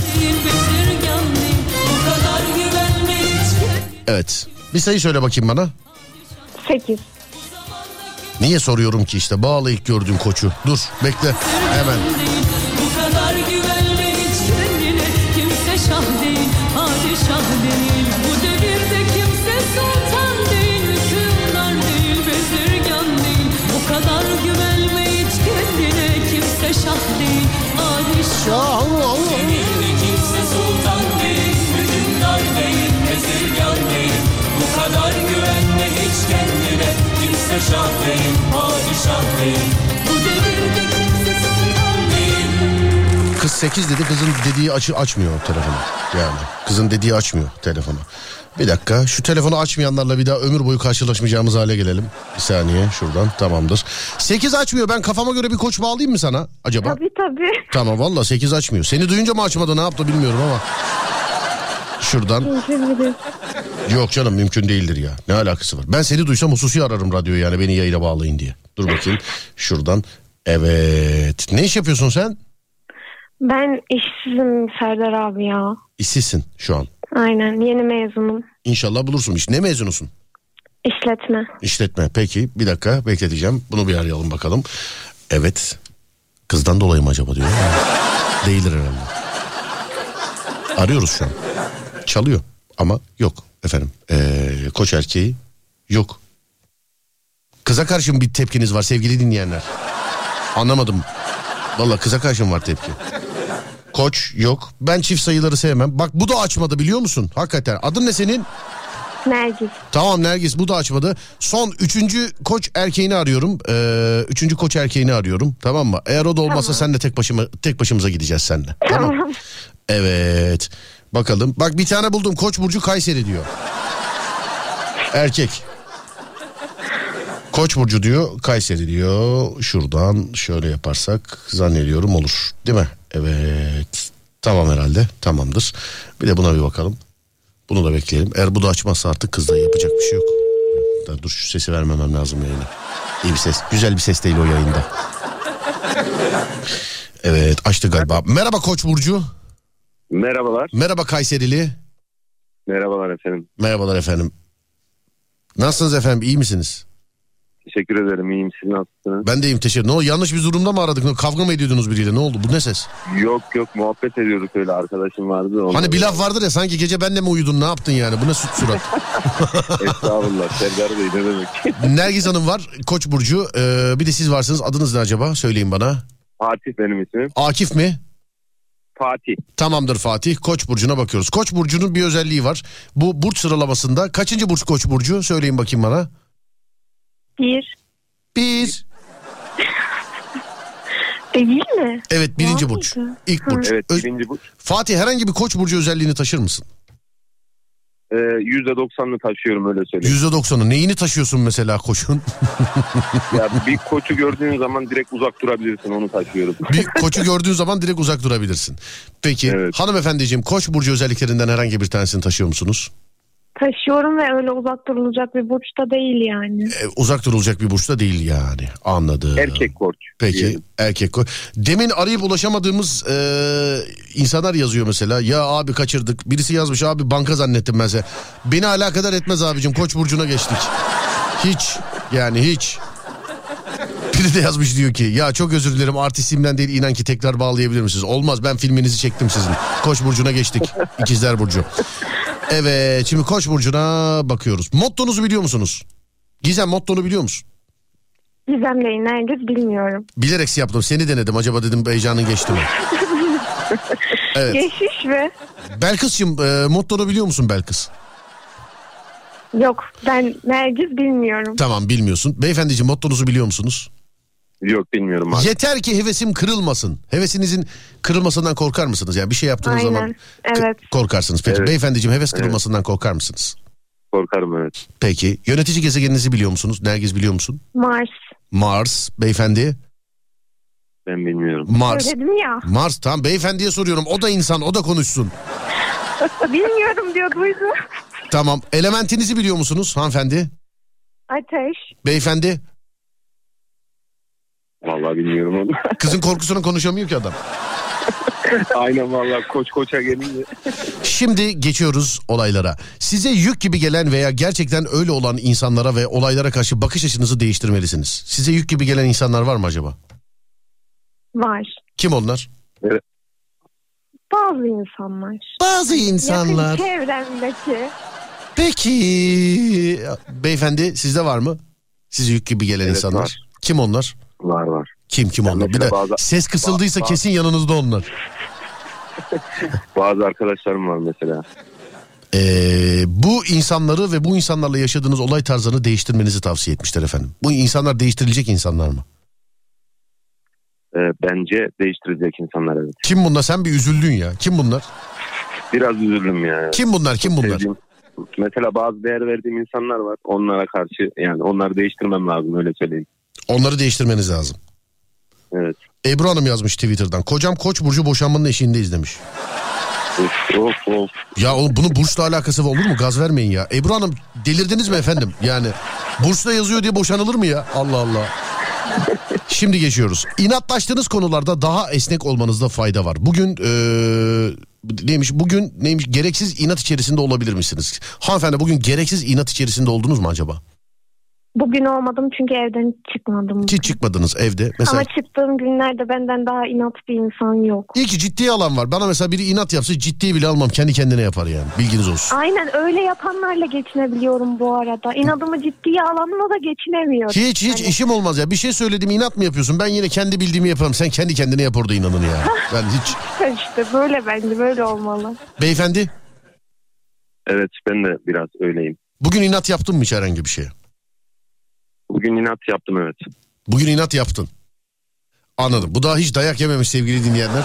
Evet. Bir sayı söyle bakayım bana. 8. Niye soruyorum ki işte, bağla ilk gördüğün koçu. Dur bekle hemen. Bu kadar güvenme hiç kendine, kimse şah değil, padişah değil. Bu devirde kimse sultan değil, hükümdar değil, bezirgan değil. Bu kadar güvenme hiç kendine, kimse şah değil, padişah değil. Kimse sultan değil, hükümdar değil, bezirgan değil. Bu kadar güvenme hiç kendine, kimse şah değil, padişah değil. Bu devirde kimse sultan değil. Kız 8 dedi, kızın dediği açmıyor telefonu. Yani kızın dediği açmıyor telefonu. Bir dakika, şu telefonu açmayanlarla bir daha ömür boyu karşılaşmayacağımız hale gelelim. Bir saniye şuradan, tamamdır. 8 açmıyor, ben kafama göre bir koç bağlayayım mı sana acaba? Tabii. Tamam, valla 8 açmıyor. Seni duyunca mı açmadı, ne yaptı bilmiyorum ama. Şuradan. Yok canım, mümkün değildir ya. Ne alakası var? Ben seni duysam hususi ararım radyoyu, yani beni yayına bağlayın diye. Dur bakayım. Şuradan. Evet. Ne iş yapıyorsun sen? Ben işsizim Serdar abi ya. İşsizsin şu an. Aynen, yeni mezunum. İnşallah bulursun iş. Ne mezunusun? İşletme. İşletme. Peki bir dakika bekleteceğim. Bunu bir arayalım bakalım. Evet. Kızdan dolayı mı acaba diyor. Değildir herhalde. Arıyoruz şu an. Çalıyor ama yok efendim. Koç erkeği yok. Kıza karşı mı bir tepkiniz var sevgili dinleyenler? Anlamadım. Vallahi kıza karşı mı var tepki? Koç yok. Ben çift sayıları sevmem. Bak bu da açmadı biliyor musun? Hakikaten. Adın ne senin? Nergis. Tamam Nergis, bu da açmadı. Son 3. koç erkeğini arıyorum. 3. koç erkeğini arıyorum. Tamam mı? Eğer o da olmazsa sen de tek başımıza gideceğiz seninle. Tamam. Evet. Bakalım. Bak bir tane buldum. Koç burcu Kayseri diyor. Erkek. Koç burcu diyor, Kayseri diyor. Şuradan şöyle yaparsak zannediyorum olur. Değil mi? Evet. Tamam herhalde. Tamamdır. Bir de buna bir bakalım. Bunu da bekleyelim. Eğer bu da açmazsa artık kızla yapacak bir şey yok. Dur şu sesi vermemem lazım yayına. İyi bir ses. Güzel bir ses değil o yayında. Evet, açtı galiba. Merhaba Koç burcu. Merhabalar. Merhaba Kayserili. Merhabalar efendim. Merhabalar efendim. Nasılsınız efendim? İyi misiniz? Teşekkür ederim. İyiyim. Siz nasılsınız? Ben de iyiyim. Teşekkür ederim. Ne oldu? Yanlış bir durumda mı aradık? Kavga mı ediyordunuz biriyle? Ne oldu? Bu ne ses? Yok muhabbet ediyorduk, öyle arkadaşım vardı. Hani bir laf vardır ya, sanki gece benle mi uyudun, ne yaptın yani? Bu ne surat? Estağfurullah Serdar Bey, ne demek? Nergis Hanım var, Koç burcu. Bir de siz varsınız. Adınız ne acaba? Söyleyin bana. Fatih benim ismim. Akif mi? Fatih. Tamamdır Fatih. Koç burcuna bakıyoruz. Koç burcunun bir özelliği var. Bu burç sıralamasında kaçıncı burç Koç burcu? Söyleyin bakayım bana. 1. Değil mi? Evet, birinci burç. İlk burç. Evet, birinci burç. Fatih, herhangi bir Koç burcu özelliğini taşır mısın? %90'ını taşıyorum, öyle söyleyeyim. %90'ı. Neyini taşıyorsun mesela Koç'un? Ya bir koçu gördüğün zaman direkt uzak durabilirsin, onu taşıyorum. Bir Koç'u gördüğün zaman direkt uzak durabilirsin. Peki evet. Hanımefendiciğim, Koç burcu özelliklerinden herhangi bir tanesini taşıyor musunuz? Taşıyorum ve öyle uzak durulacak bir burçta değil yani. Uzak durulacak bir burçta değil yani. Anladım. Erkek koç. Peki diyelim. Erkek koç. Demin arayıp ulaşamadığımız insanlar yazıyor mesela. Ya abi kaçırdık. Birisi yazmış, abi banka zannettim ben. Beni alakadar etmez abicim. Koç burcuna geçtik. Hiç. Yani hiç. Biri de yazmış, diyor ki ya çok özür dilerim, artistimden değil, inan ki tekrar bağlayabilir misiniz? Olmaz, ben filminizi çektim sizin. Koç burcuna geçtik. İkizler burcu. Evet, şimdi Koç burcuna bakıyoruz. Mottonuzu biliyor musunuz? Gizem, mottonu biliyor musun? Gizem Bey, Nergis bilmiyorum. Bilerek yaptım, seni denedim, acaba dedim heyecanın geçti mi? Evet. Geçiş mi? Belkıs'cığım, mottonu biliyor musun Belkıs? Yok, ben Nergis bilmiyorum. Tamam, bilmiyorsun. Beyefendiciğim, mottonuzu biliyor musunuz? Yok, bilmiyorum abi. Yeter ki hevesim kırılmasın. Hevesinizin kırılmasından korkar mısınız? Yani bir şey yaptığınız zaman evet. Korkarsınız. Peki evet. Beyefendiciğim, heves kırılmasından korkar mısınız? Korkarım, evet. Peki yönetici gezegeninizi biliyor musunuz? Nergis, biliyor musun? Mars. Beyefendi? Ben bilmiyorum. Mars. Söyledim ya. Mars, tamam, beyefendiye soruyorum. O da insan, o da konuşsun. Bilmiyorum diyor, duydum. Tamam, elementinizi biliyor musunuz hanımefendi? Ateş. Beyefendi? Vallahi bilmiyorum onu. Kızın korkusundan konuşamıyor ki adam. Aynen vallahi, koça gelince. Şimdi geçiyoruz olaylara. Size yük gibi gelen veya gerçekten öyle olan insanlara ve olaylara karşı bakış açınızı değiştirmelisiniz. Size yük gibi gelen insanlar var mı acaba? Var. Kim onlar? Evet. Bazı insanlar. Bazı insanlar. Yakın çevremdeki. Peki beyefendi, sizde var mı? Size yük gibi gelen insanlar. Var. Kim onlar? Var. Kim onlar? Bir de ses kısıldıysa kesin yanınızda onlar. Bazı arkadaşlarım var mesela. Bu insanları ve bu insanlarla yaşadığınız olay tarzını değiştirmenizi tavsiye etmişler efendim. Bu insanlar değiştirilecek insanlar mı? Bence değiştirecek insanlar, evet. Kim bunlar? Sen bir üzüldün ya. Kim bunlar? Biraz üzüldüm ya. Kim bunlar? Mesela bazı değer verdiğim insanlar var. Onlara karşı, yani onları değiştirmem lazım, öyle söyleyeyim. Onları değiştirmeniz lazım. Evet. Ebru Hanım yazmış Twitter'dan. Kocam Koç burcu, boşanmanın eşiğindeyiz demiş. Of. Ya oğlum bunun bursla alakası olur mu? Gaz vermeyin ya. Ebru Hanım delirdiniz mi efendim? Yani bursla yazıyor diye boşanılır mı ya? Allah Allah. Şimdi geçiyoruz. İnatlaştığınız konularda daha esnek olmanızda fayda var. Bugün neymiş? Gereksiz inat içerisinde olabilir misiniz? Hanımefendi bugün gereksiz inat içerisinde oldunuz mu acaba? Bugün olmadım çünkü evden çıkmadım. Hiç çıkmadınız evde. Mesela... Ama çıktığım günlerde benden daha inat bir insan yok. İyi ki ciddiye alan var. Bana mesela biri inat yapsa ciddiye bile almam. Kendi kendine yapar yani. Bilginiz olsun. Aynen öyle yapanlarla geçinebiliyorum bu arada. İnadımı ciddiye alanla da geçinemiyorum. Hiç yani... işim olmaz ya. Bir şey söyledim inat mı yapıyorsun? Ben yine kendi bildiğimi yaparım. Sen kendi kendine yap orada inadını ya. Ben hiç... İşte böyle bence böyle olmalı. Beyefendi? Evet ben de biraz öyleyim. Bugün inat yaptın mı hiç herhangi bir şeye? Bugün inat yaptım evet. Bugün inat yaptın. Anladım. Bu daha hiç dayak yememiş sevgili dinleyenler.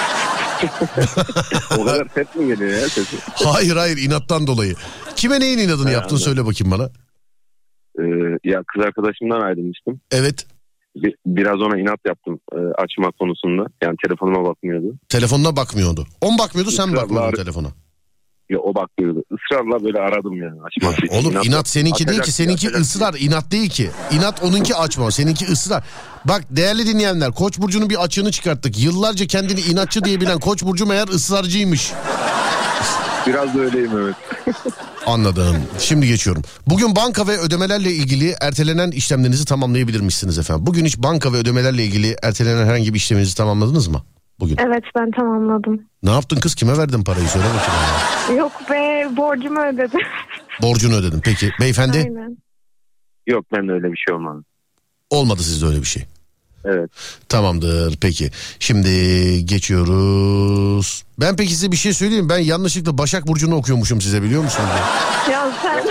O kadar ses mi geliyor ya sesi? Hayır inattan dolayı. Kime neyin inadını yaptın söyle bakayım bana. Ya kız arkadaşımdan ayrılmıştım. Evet. Biraz ona inat yaptım açma konusunda. Yani telefonuma bakmıyordu. Telefonuna bakmıyordu. O mu bakmıyordu sen mi bakmıyordun telefona? Ya o bakmıyordu. Israrla böyle aradım yani açmak için. Oğlum inat seninki değil ki. Seninki ısrar. İnat değil ki. İnat onunki açma. Seninki ısrar. Bak değerli dinleyenler, Koç burcunun bir açığını çıkarttık. Yıllarca kendini inatçı diye bilen Koç burcu meğer ısrarcıymış. Biraz da öyleyim evet. Anladım. Şimdi geçiyorum. Bugün banka ve ödemelerle ilgili ertelenen işlemlerinizi tamamlayabilirmişsiniz efendim. Bugün hiç banka ve ödemelerle ilgili ertelenen herhangi bir işleminizi tamamladınız mı? Bugün. Evet ben tamamladım. Ne yaptın kız? Kime verdin parayı? Söyle bakayım. Yok be borcumu ödedim. Borcunu ödedin. Peki beyefendi? Aynen. Yok ben de öyle bir şey olmadı. Olmadı sizde öyle bir şey. Evet. Tamamdır peki. Şimdi geçiyoruz. Ben peki size bir şey söyleyeyim. Ben yanlışlıkla Başak Burcu'nu okuyormuşum size biliyor musunuz? Ya sen...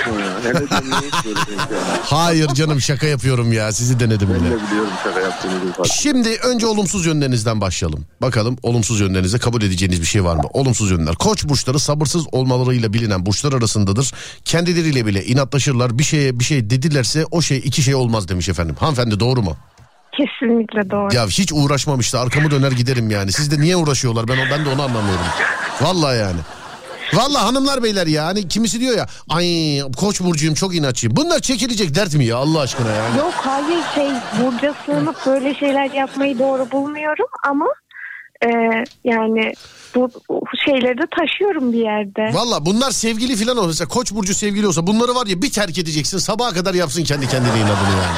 Hayır canım şaka yapıyorum ya. Sizi denedim bile. Ben de biliyorum şaka yaptığınızı. Şimdi önce olumsuz yönlerinizden başlayalım. Bakalım olumsuz yönlerinizde kabul edeceğiniz bir şey var mı? Olumsuz yönler. Koç burçları sabırsız olmalarıyla bilinen burçlar arasındadır. Kendileriyle bile inatlaşırlar. Bir şey dedilerse o şey iki şey olmaz demiş efendim. Hanımefendi doğru mu? Kesinlikle doğru. Ya hiç uğraşmamıştı. Arkamı döner giderim yani. Siz de niye uğraşıyorlar? Ben de onu anlamıyorum. Vallahi yani. Vallahi hanımlar beyler ya. Hani kimisi diyor ya. Ay Koç burcuyum çok inatçıyım. Bunlar çekilecek dert mi ya Allah aşkına yani? Yok hayır burca sığınıp böyle şeyler yapmayı doğru bulmuyorum ama yani bu şeyleri de taşıyorum bir yerde. Valla bunlar sevgili falan olsa mesela Koç burcu sevgili olsa bunları var ya bir terk edeceksin sabaha kadar yapsın kendi kendine inadını yani.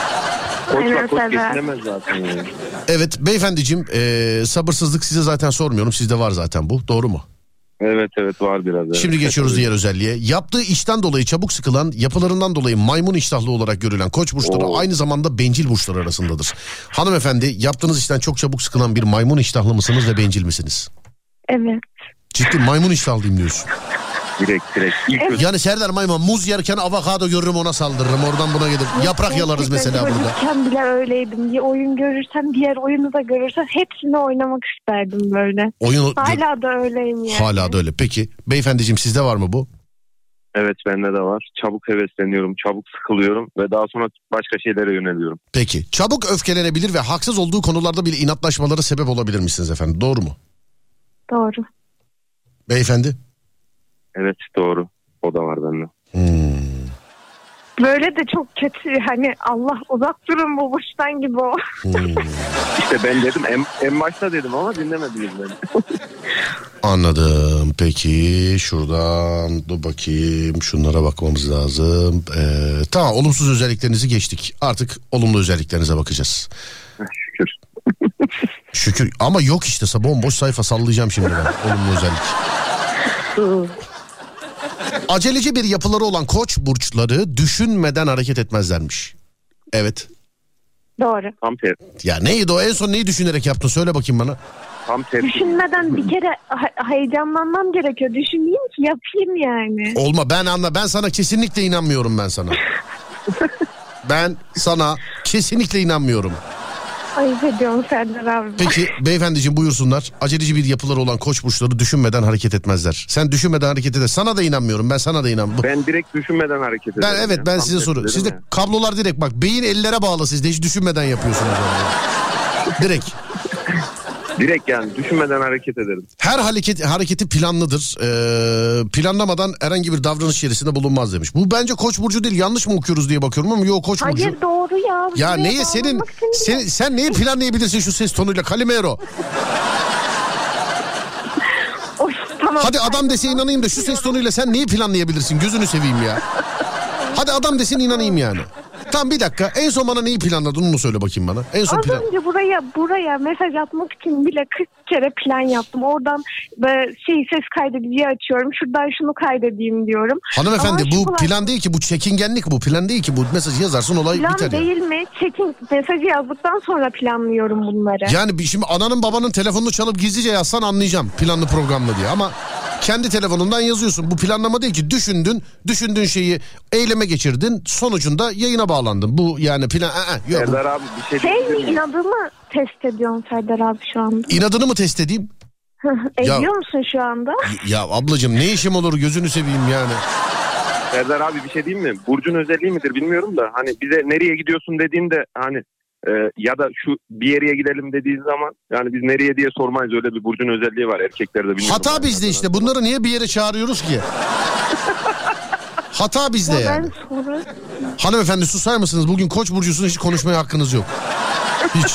Koç geçinemez zaten yani. Evet beyefendiciğim sabırsızlık size zaten sormuyorum sizde var zaten bu doğru mu? Evet var biraz. Evet. Şimdi geçiyoruz diğer özelliğe. Yaptığı işten dolayı çabuk sıkılan, yapılarından dolayı maymun iştahlı olarak görülen Koç burçları aynı zamanda bencil burçlar arasındadır. Hanımefendi yaptığınız işten çok çabuk sıkılan bir maymun iştahlı mısınız ve bencil misiniz? Evet. Ciddi maymun iştahlıyım diyorsun. Direkt. Evet. Yani Serdar Mayman muz yerken avokado görürüm ona saldırırım. Oradan buna gidip yaprak yalarız mesela burada. Çocukken bile öyleydim. Bir oyun görürsem diğer oyunu da görürsem hepsini oynamak isterdim böyle. Hala da öyleyim yani. Hala da öyle. Peki beyefendiciğim sizde var mı bu? Evet bende de var. Çabuk hevesleniyorum, çabuk sıkılıyorum ve daha sonra başka şeylere yöneliyorum. Peki çabuk öfkelenebilir ve haksız olduğu konularda bile inatlaşmalara sebep olabilir misiniz efendim? Doğru mu? Doğru. Beyefendi? Evet doğru. O da var bende. Böyle de çok kötü hani Allah uzak durun bu burçtan gibi o. İşte ben dedim en başta dedim ama dinlemediniz beni. Anladım. Peki şuradan dur bakayım şunlara bakmamız lazım. Tamam olumsuz özelliklerinizi geçtik. Artık olumlu özelliklerinize bakacağız. Şükür. Şükür ama yok işte bomboş sayfa sallayacağım şimdi ben olumlu özellik. Aceleci bir yapıları olan Koç burçları düşünmeden hareket etmezlermiş. Evet. Doğru. Tam tersi. Ya neydi o en son neyi düşünerek yaptın söyle bakayım bana. Tam tersi. Düşünmeden bir kere heyecanlanmam gerekiyor. Düşünmeyeyim ki yapayım yani. Olma ben sana kesinlikle inanmıyorum ben sana. Ben sana kesinlikle inanmıyorum. Ayıp ediyorum Serdar abi. Peki beyefendiciğim buyursunlar. Aceleci bir yapıları olan Koç burçları düşünmeden hareket etmezler. Sen düşünmeden hareket eder. Sana da inanmıyorum. Ben sana da inanmıyorum. Ben direkt düşünmeden hareket ederim. Ben size soruyorum. Sizde ya. Kablolar direkt bak beyin ellere bağlı sizde hiç düşünmeden yapıyorsunuz. Direkt. Direkt yani düşünmeden hareket ederim. Her hareketi planlıdır. Planlamadan herhangi bir davranış içerisinde bulunmaz demiş. Bu bence Koç burcu değil, yanlış mı okuyoruz diye bakıyorum ama yok, Koç burcu. Hayır doğru ya. Ya neye sen neyi planlayabilirsin şu ses tonuyla Calimero? Of, tamam. Hadi adam dese inanayım da şu ses tonuyla sen neyi planlayabilirsin, gözünü seveyim ya. Hadi adam desin inanayım yani. Tamam bir dakika, en son bana neyi planladın onu söyle bakayım bana. En son Az önce buraya mesaj atmak için bile 40 kere plan yaptım. Oradan ses kaydediciyi açıyorum. Şuradan şunu kaydedeyim diyorum. Hanımefendi bu plan değil ki, bu çekingenlik, bu plan değil ki, bu mesajı yazarsın olay plan biter. Plan değil mi? Mesajı yazdıktan sonra planlıyorum bunları. Yani şimdi ananın babanın telefonunu çalıp gizlice yazsan anlayacağım planlı programlı diye ama kendi telefonundan yazıyorsun. Bu planlama değil ki, düşündüğün şeyi eyleme geçirdin, sonucunda yayına bağlandın. Bu yani plan yok. Serdar abi bir şey mi, inadımı test ediyorsun Serdar abi şu anda? İnadını mı test edeyim? Ediyor musun şu anda? Ya ablacığım ne işim olur, gözünü seveyim yani. Serdar abi bir şey diyeyim mi? Burcun özelliği midir bilmiyorum da hani bize nereye gidiyorsun dediğinde hani ya da şu bir yere gidelim dediği zaman yani biz nereye diye sormayız, öyle bir burcun özelliği var erkeklerde, bilmiyorum. Hata bizde işte, bunları niye bir yere çağırıyoruz ki? Hata bizde yani. Hanımefendi susar mısınız? Bugün Koç burcusunuz, hiç konuşmaya hakkınız yok. Hiç.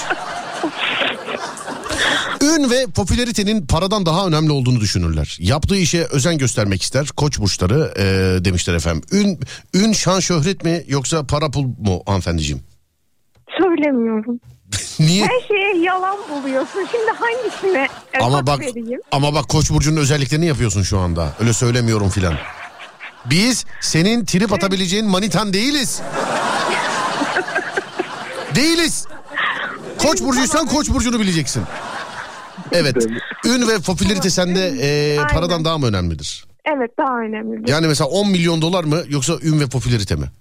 Ün ve popülaritenin paradan daha önemli olduğunu düşünürler. Yaptığı işe özen göstermek ister Koç burçları demişler efendim. Ün şan şöhret mi yoksa para pul mu hanımefendiciğim? Söylemiyorum. Niye? Her şeye yalan buluyorsun. Şimdi hangisine vereyim? Ama bak Koç burcunun özelliklerini yapıyorsun şu anda. Öyle söylemiyorum filan. Biz senin trip atabileceğin manitan değiliz. Değiliz. Koç burcuysan Koç burcunu bileceksin. Evet. Ün ve popülarite sende paradan daha mı önemlidir? Evet, daha önemlidir. Yani mesela 10 milyon dolar mı yoksa ün ve popülarite mi?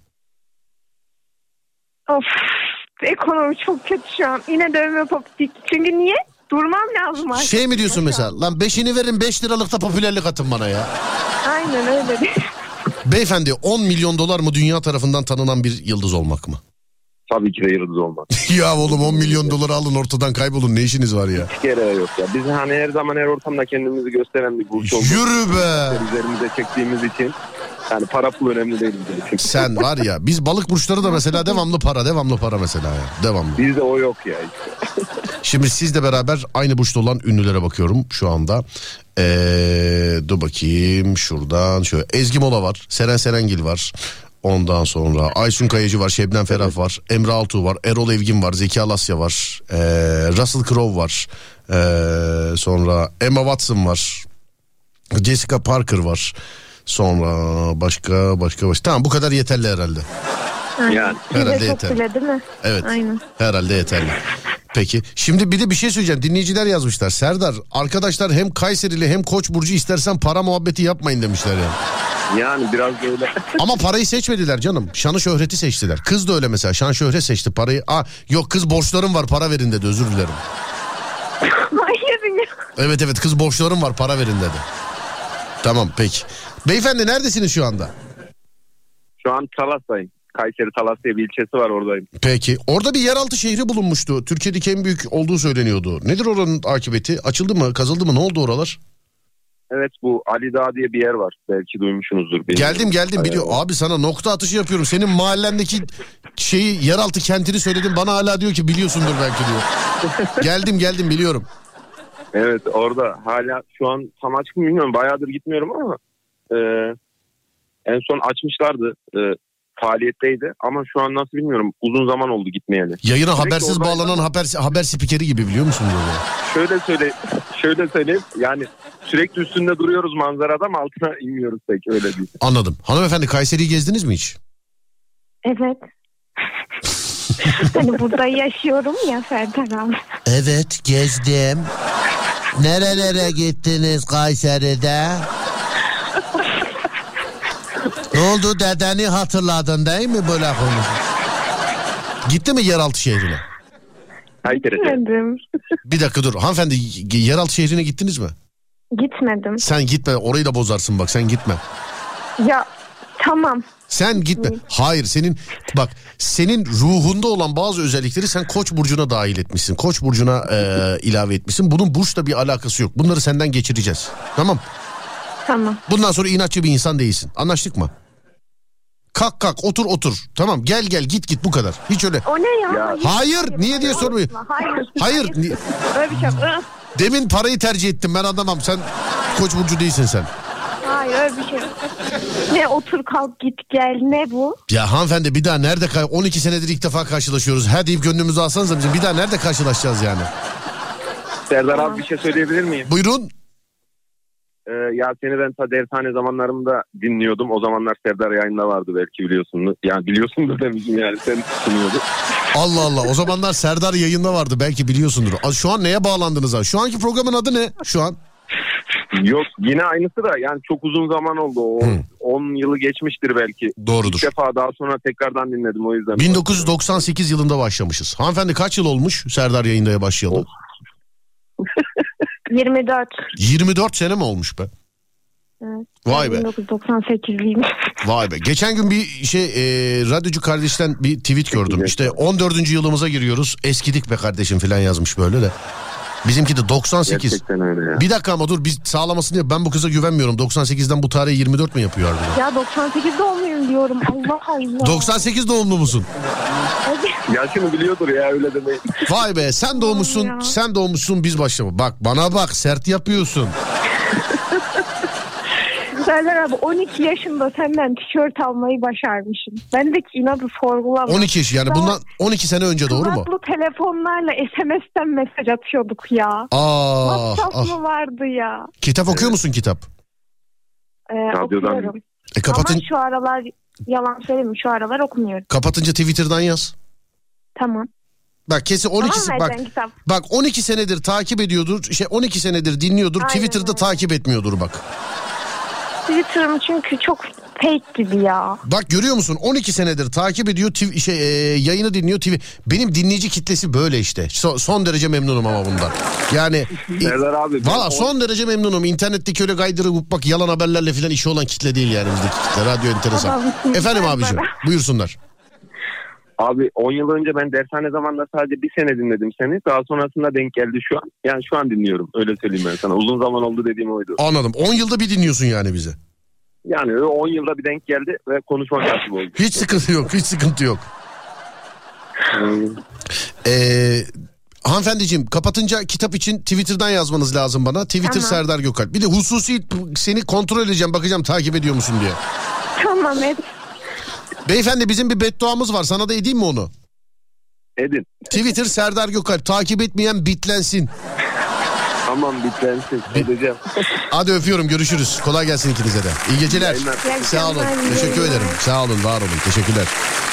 Of, ekonomi çok kötü şu an. Yine dövme popülarite. Çünkü niye? Durmam lazım artık. Şey mi diyorsun mesela? Lan 5'ini verin, 5 liralıkta popülerlik atın bana ya. Aynen öyle değil. Beyefendi 10 milyon dolar mı dünya tarafından tanınan bir yıldız olmak mı? Tabii ki de yıldız olmak. Ya oğlum 10 milyon doları alın ortadan kaybolun, ne işiniz var ya? Hiç gereği yok ya. Biz hani her zaman her ortamda kendimizi gösteren bir burç olduk. Yürü be! Üzerimize çektiğimiz için yani para pul önemli değil. Sen var ya, biz balık burçları da mesela devamlı para mesela ya. Devamlı. Bizde o yok ya işte. Şimdi sizle beraber aynı burçta olan ünlülere bakıyorum şu anda. Dur bakayım şuradan şöyle. Ezgi Mola var, Seren Serengil var. Ondan sonra Aysun Kayacı var, Şebnem Ferah var, Emre Altuğ var, Erol Evgin var, Zeki Alasya var, Russell Crowe var, sonra Emma Watson var, Jessica Parker var, sonra başka. Tamam, bu kadar yeterli herhalde. Yani. Herhalde yeterli. Bile, değil mi? Evet. Aynen. Herhalde yeterli. Peki şimdi bir de bir şey söyleyeceğim, dinleyiciler yazmışlar. Serdar, arkadaşlar hem Kayserili hem Koç burcu, istersen para muhabbeti yapmayın demişler yani. Yani biraz öyle. Ama parayı seçmediler canım. Şanı şöhreti seçtiler. Kız da öyle mesela. Şan şöhret seçti parayı. Yok kız borçlarım var, para verin dedi, özür dilerim. Hayır ya. Evet kız borçlarım var, para verin dedi. Tamam peki. Beyefendi neredesiniz şu anda? Şu an Talas'tayım. Kayseri Talas diye bir ilçesi var, oradayım. Peki. Orada bir yeraltı şehri bulunmuştu. Türkiye'deki en büyük olduğu söyleniyordu. Nedir oranın akıbeti? Açıldı mı? Kazıldı mı? Ne oldu oralar? Evet, bu Ali Dağ diye bir yer var. Belki duymuşsunuzdur. Geldim biliyor. Abi sana nokta atışı yapıyorum. Senin mahallendeki yeraltı kentini söyledim. Bana hala diyor ki biliyorsundur belki diyor. Geldim biliyorum. Evet, orada hala şu an tam açık mı bilmiyorum. Bayağıdır gitmiyorum ama en son açmışlardı. Faaliyetteydi ama şu an nasıl bilmiyorum. Uzun zaman oldu gitmeyeli. Yayına habersiz bağlanan haber spikeri gibi, biliyor musun böyle? Şöyle söyleyeyim. Yani sürekli üstünde duruyoruz manzarada ama altına inmiyoruz pek, öyle değil. Anladım. Hanımefendi Kayseri'yi gezdiniz mi hiç? Evet. Hani burada yaşıyorum ya Serdar abi. Evet, gezdim. Nerelere gittiniz Kayseri'de? Ne oldu, dedeni hatırladın değil mi böyle konuşuyor? Gitti mi yeraltı şehrine? Gitmedim. Bir dakika dur hanımefendi, yeraltı şehrine gittiniz mi? Gitmedim. Sen gitme, orayı da bozarsın bak, sen gitme. Ya tamam. Sen gitme. Hayır, senin ruhunda olan bazı özellikleri sen Koç burcuna dahil etmişsin. Koç burcuna ilave etmişsin. Bunun burçla bir alakası yok. Bunları senden geçireceğiz. Tamam. Tamam. Bundan sonra inatçı bir insan değilsin. Anlaştık mı? Kalk otur. Tamam, gel git bu kadar. Hiç öyle. O ne ya? Hayır, niye diye sormuyor. Hayır. Öyle bir şey yok. Demin parayı tercih ettim, ben anlamam. Sen Koç burcu değilsin sen. Hayır, öyle bir şey yok. Ne otur kalk git gel, ne bu? Ya hanımefendi, bir daha nerede 12 senedir ilk defa karşılaşıyoruz. Ha deyip gönlümüzü alsanıza bizim. Bir daha nerede karşılaşacağız yani? Serdar abi bir şey söyleyebilir miyim? Buyurun. Ya seni ben ta dershane zamanlarımda dinliyordum. O zamanlar Serdar yayında vardı, belki biliyorsun. Yani biliyorsundur demişim, yani sen sunuyordun. Allah Allah, o zamanlar Serdar yayında vardı, belki biliyorsundur. Şu an neye bağlandınız abi? Şu anki programın adı ne şu an? Yok, yine aynısı da yani çok uzun zaman oldu. 10 yılı geçmiştir belki. Doğrudur. İlk defa daha sonra tekrardan dinledim, o yüzden. 1998 yılında başlamışız. Hanımefendi kaç yıl olmuş Serdar yayındaya başlayalı? 24. 24 sene mi olmuş be? Evet. Vay be. 1998'liyim. Vay be. Geçen gün bir radyocu kardeşten bir tweet gördüm. İşte 14. yılımıza giriyoruz. Eskidik be kardeşim falan yazmış böyle de. Bizimki de 98. Gerçekten öyle ya. Bir dakika ama dur, biz sağlamasını yap. Ben bu kıza güvenmiyorum. 98'den bu tarihe 24 mi yapıyor harbiden? Ya 98 doğumluyum diyorum. Allah Allah. 98 doğumlu musun? Yaşını biliyordur ya, öyle demeyin. Vay be, sen doğmuşsun biz başlama. Bak bana bak, sert yapıyorsun. Serdar abi 12 yaşında senden tişört almayı başarmışım. Ben de ki inadı sorgulama. 12 yaş yani, bundan 12 sene önce, doğru mu? Kulaklı telefonlarla SMS'ten mesaj atıyorduk ya. WhatsApp mı vardı ya? Kitap okuyor musun, kitap? Okuyorum. Kapatın... Ama şu aralar, yalan söyleyeyim, şu aralar okumuyorum. Kapatınca Twitter'dan yaz. Tamam. Bak kesin 12 bak 12 senedir takip ediyordur. 12 senedir dinliyordur. Aynen, Twitter'da takip etmiyordur bak. Twitter'ım çünkü çok fake gibi ya. Bak görüyor musun? 12 senedir takip ediyor, yayını dinliyor. Benim dinleyici kitlesi böyle işte. Son derece memnunum ama bundan. Yani valla son derece memnunum. İnternetteki öyle gaydırıp bak yalan haberlerle falan işi olan kitle değil yani bizdeki kitle. Radyo enteresan. Efendim abicim, buyursunlar. Abi 10 yıl önce ben dershane zamanında sadece bir sene dinledim seni. Daha sonrasında denk geldi şu an. Yani şu an dinliyorum. Öyle söyleyeyim ben sana. Uzun zaman oldu dediğim oydu. Anladım. 10 yılda bir dinliyorsun yani bizi. Yani 10 yılda bir denk geldi ve konuşmak nasip oldu. Hiç sıkıntı yok. Hanımefendiciğim, kapatınca kitap için Twitter'dan yazmanız lazım bana. Twitter tamam. Serdar Gökalp. Bir de hususi seni kontrol edeceğim, bakacağım takip ediyor musun diye. Tamam, et. Beyefendi, bizim bir bedduamız var. Sana da edeyim mi onu? Edin. Twitter Serdar Gökalp. Takip etmeyen bitlensin. Tamam, bitlensin. Edeceğim. Hadi öpüyorum, görüşürüz. Kolay gelsin ikinize de. İyi geceler. Sağ olun. Teşekkür ederim. Sağ olun, var olun. Teşekkürler.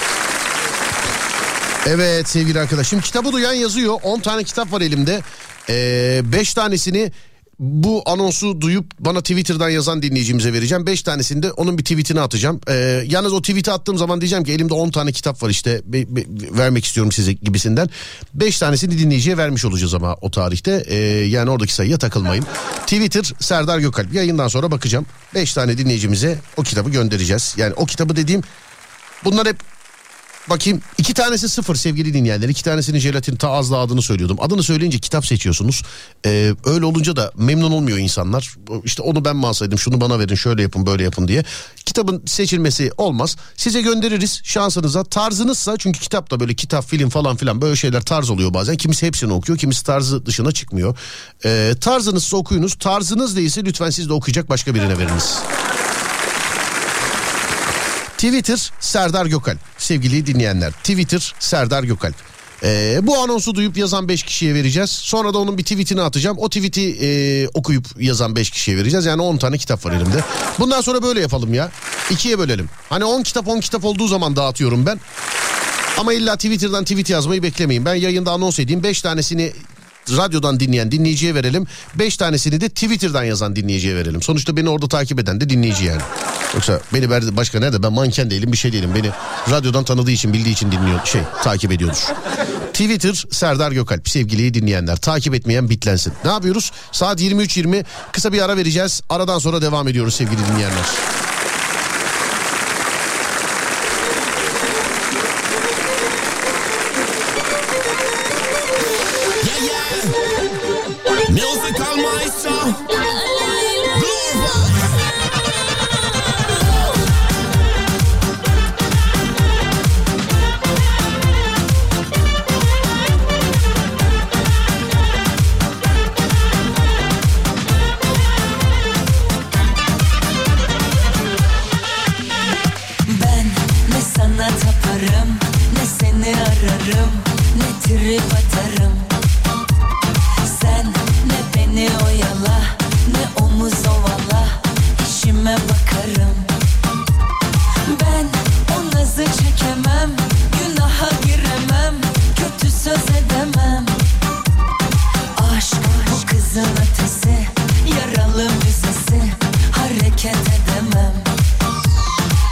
Evet sevgili arkadaşım, kitabı duyan yazıyor. 10 tane kitap var elimde. 5 tanesini bu anonsu duyup bana Twitter'dan yazan dinleyicimize vereceğim. 5 tanesini de onun bir tweetini atacağım. Yalnız o tweet'i attığım zaman diyeceğim ki elimde 10 tane kitap var işte, vermek istiyorum size gibisinden. 5 tanesini dinleyiciye vermiş olacağız ama o tarihte. Yani oradaki sayıya takılmayın. Twitter Serdar Gökalp. Yayından sonra bakacağım. 5 tane dinleyicimize o kitabı göndereceğiz. Yani o kitabı dediğim, bunlar hep... Bakayım, 2 tanesi 0 sevgili dinleyenler. 2 tanesinin jelatin ta az da adını söylüyordum. Adını söyleyince kitap seçiyorsunuz. Öyle olunca da memnun olmuyor insanlar. İşte onu ben mi alsaydım, şunu bana verin, şöyle yapın böyle yapın diye. Kitabın seçilmesi olmaz. Size göndeririz şansınıza. Tarzınızsa, çünkü kitapta böyle kitap, film falan filan böyle şeyler tarz oluyor bazen. Kimisi hepsini okuyor, kimisi tarzı dışına çıkmıyor. Tarzınızsa okuyunuz. Tarzınız değilse lütfen siz de okuyacak başka birine veriniz. Twitter Serdar Gökalp sevgili dinleyenler. Twitter Serdar Gökalp. Bu anonsu duyup yazan 5 kişiye vereceğiz. Sonra da onun bir tweetini atacağım. O tweeti okuyup yazan 5 kişiye vereceğiz. Yani 10 tane kitap var elimde. Bundan sonra böyle yapalım ya. 2'ye bölelim. Hani 10 kitap olduğu zaman dağıtıyorum ben. Ama illa Twitter'dan tweet yazmayı beklemeyin. Ben yayında anons edeyim. 5 tanesini radyodan dinleyen dinleyiciye verelim. 5 tanesini de Twitter'dan yazan dinleyiciye verelim. Sonuçta beni orada takip eden de dinleyici yani. Yoksa beni başka nerede? Ben manken değilim, bir şey değilim. Beni radyodan tanıdığı için, bildiği için takip ediyordur. Twitter Serdar Gökalp sevgili dinleyenler. Takip etmeyen bitlensin. Ne yapıyoruz? Saat 23:20, kısa bir ara vereceğiz. Aradan sonra devam ediyoruz sevgili dinleyenler.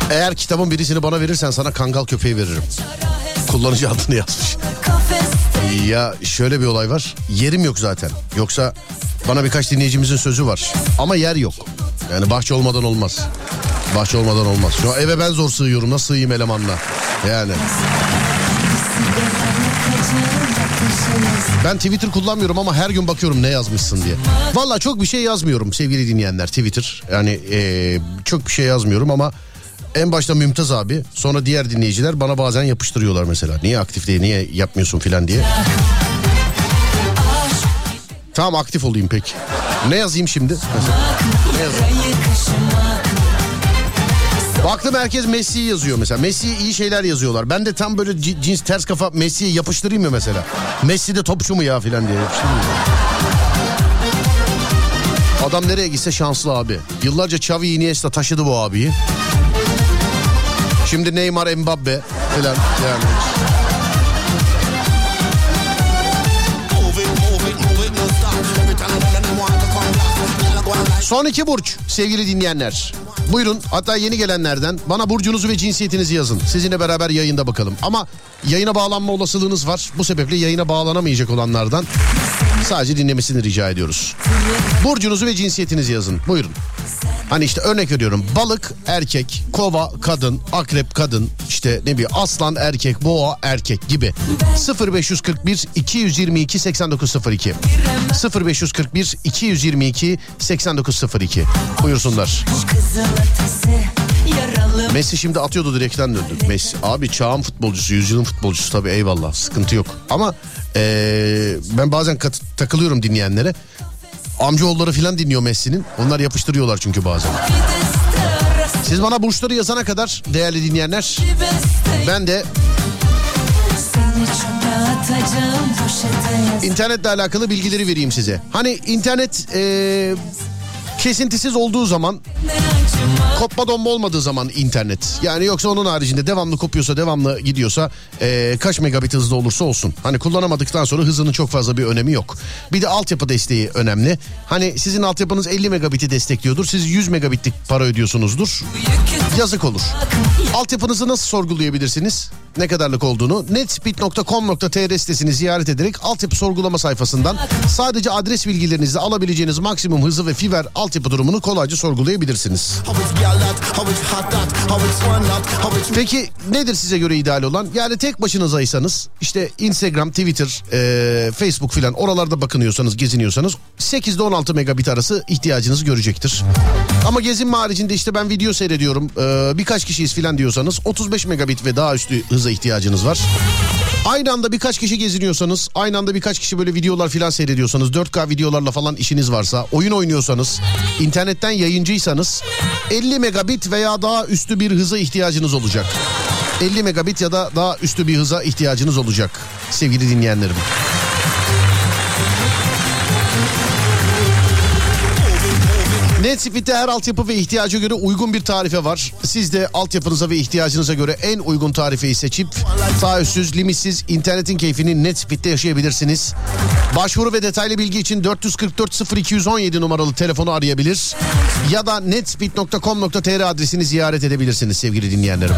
Eğer kitabın birisini bana verirsen sana kangal köpeği veririm. Kullanıcı adını yazmış. Ya şöyle bir olay var. Yerim yok zaten. Yoksa bana birkaç dinleyicimizin sözü var. Ama yer yok. Yani bahçe olmadan olmaz. Bahçe olmadan olmaz. Şu an eve ben zor sığıyorum. Nasıl sığayım elemanla? Yani. Ben Twitter kullanmıyorum ama her gün bakıyorum ne yazmışsın diye. Vallahi çok bir şey yazmıyorum sevgili dinleyenler Twitter. Yani çok bir şey yazmıyorum ama en başta Mümtaz abi, sonra diğer dinleyiciler bana bazen yapıştırıyorlar mesela. Niye aktif değil, niye yapmıyorsun filan diye. Tamam aktif olayım peki. Ne yazayım şimdi? Mesela? Ne yazayım? Baktım herkes Messi'yi yazıyor mesela. Messi'ye iyi şeyler yazıyorlar. Ben de tam böyle cins ters kafa Messi'ye yapıştırayım mı mesela? Messi de topçu mu ya filan diye yapıştırayım mı? Adam nereye gitse şanslı abi. Yıllarca Xavi Iniesta taşıdı bu abiyi. Şimdi Neymar, Mbappe filan yani. Son 2 burç sevgili dinleyenler. Buyurun, hatta yeni gelenlerden bana burcunuzu ve cinsiyetinizi yazın. Sizinle beraber yayında bakalım. Ama yayına bağlanma olasılığınız var. Bu sebeple yayına bağlanamayacak olanlardan sadece dinlemesini rica ediyoruz. Burcunuzu ve cinsiyetinizi yazın. Buyurun. Hani işte örnek veriyorum. Balık erkek, kova kadın, akrep kadın, işte ne bileyim aslan erkek, boğa erkek gibi. 0541 222 8902 0541 222 8902 buyursunlar. Messi şimdi atıyordu, direkten döndü. Messi abi çağın futbolcusu, yüzyılın futbolcusu tabii, eyvallah, sıkıntı yok. Ama ben bazen takılıyorum dinleyenlere. Amcaoğulları filan dinliyor Messi'nin. Onlar yapıştırıyorlar çünkü bazen. Siz bana burçları yazana kadar değerli dinleyenler, ben de internetle alakalı bilgileri vereyim size. Hani internet kesintisiz olduğu zaman, kopma donma olmadığı zaman internet. Yani yoksa onun haricinde devamlı kopuyorsa, devamlı gidiyorsa, kaç megabit hızlı olursa olsun. Hani kullanamadıktan sonra hızının çok fazla bir önemi yok. Bir de altyapı desteği önemli. Hani sizin altyapınız 50 megabiti destekliyordur. Siz 100 megabitlik para ödüyorsunuzdur. Yazık olur. Altyapınızı nasıl sorgulayabilirsiniz? Ne kadarlık olduğunu netspeed.com.tr sitesini ziyaret ederek altyapı sorgulama sayfasından sadece adres bilgilerinizle alabileceğiniz maksimum hızı ve fiber altyapı durumunu kolayca sorgulayabilirsiniz. Peki nedir size göre ideal olan? Yani tek başınızaysanız, işte Instagram, Twitter, Facebook filan oralarda bakınıyorsanız, geziniyorsanız 8 ile 16 megabit arası ihtiyacınızı görecektir. Ama gezinme haricinde işte ben video seyrediyorum, birkaç kişiyiz filan diyorsanız 35 megabit ve daha üstü hıza ihtiyacınız var. Aynı anda birkaç kişi geziniyorsanız, aynı anda birkaç kişi böyle videolar filan seyrediyorsanız, 4K videolarla falan işiniz varsa, oyun oynuyorsanız, internetten yayıncıysanız 50 megabit veya daha üstü bir hıza ihtiyacınız olacak. 50 megabit ya da daha üstü bir hıza ihtiyacınız olacak sevgili dinleyenlerim. Netspeed'de her altyapı ve ihtiyaca göre uygun bir tarife var. Siz de altyapınıza ve ihtiyacınıza göre en uygun tarifeyi seçip taahhütsüz, limitsiz internetin keyfini Netspeed'de yaşayabilirsiniz. Başvuru ve detaylı bilgi için 444 0217 numaralı telefonu arayabilir ya da netspeed.com.tr adresini ziyaret edebilirsiniz sevgili dinleyenlerim.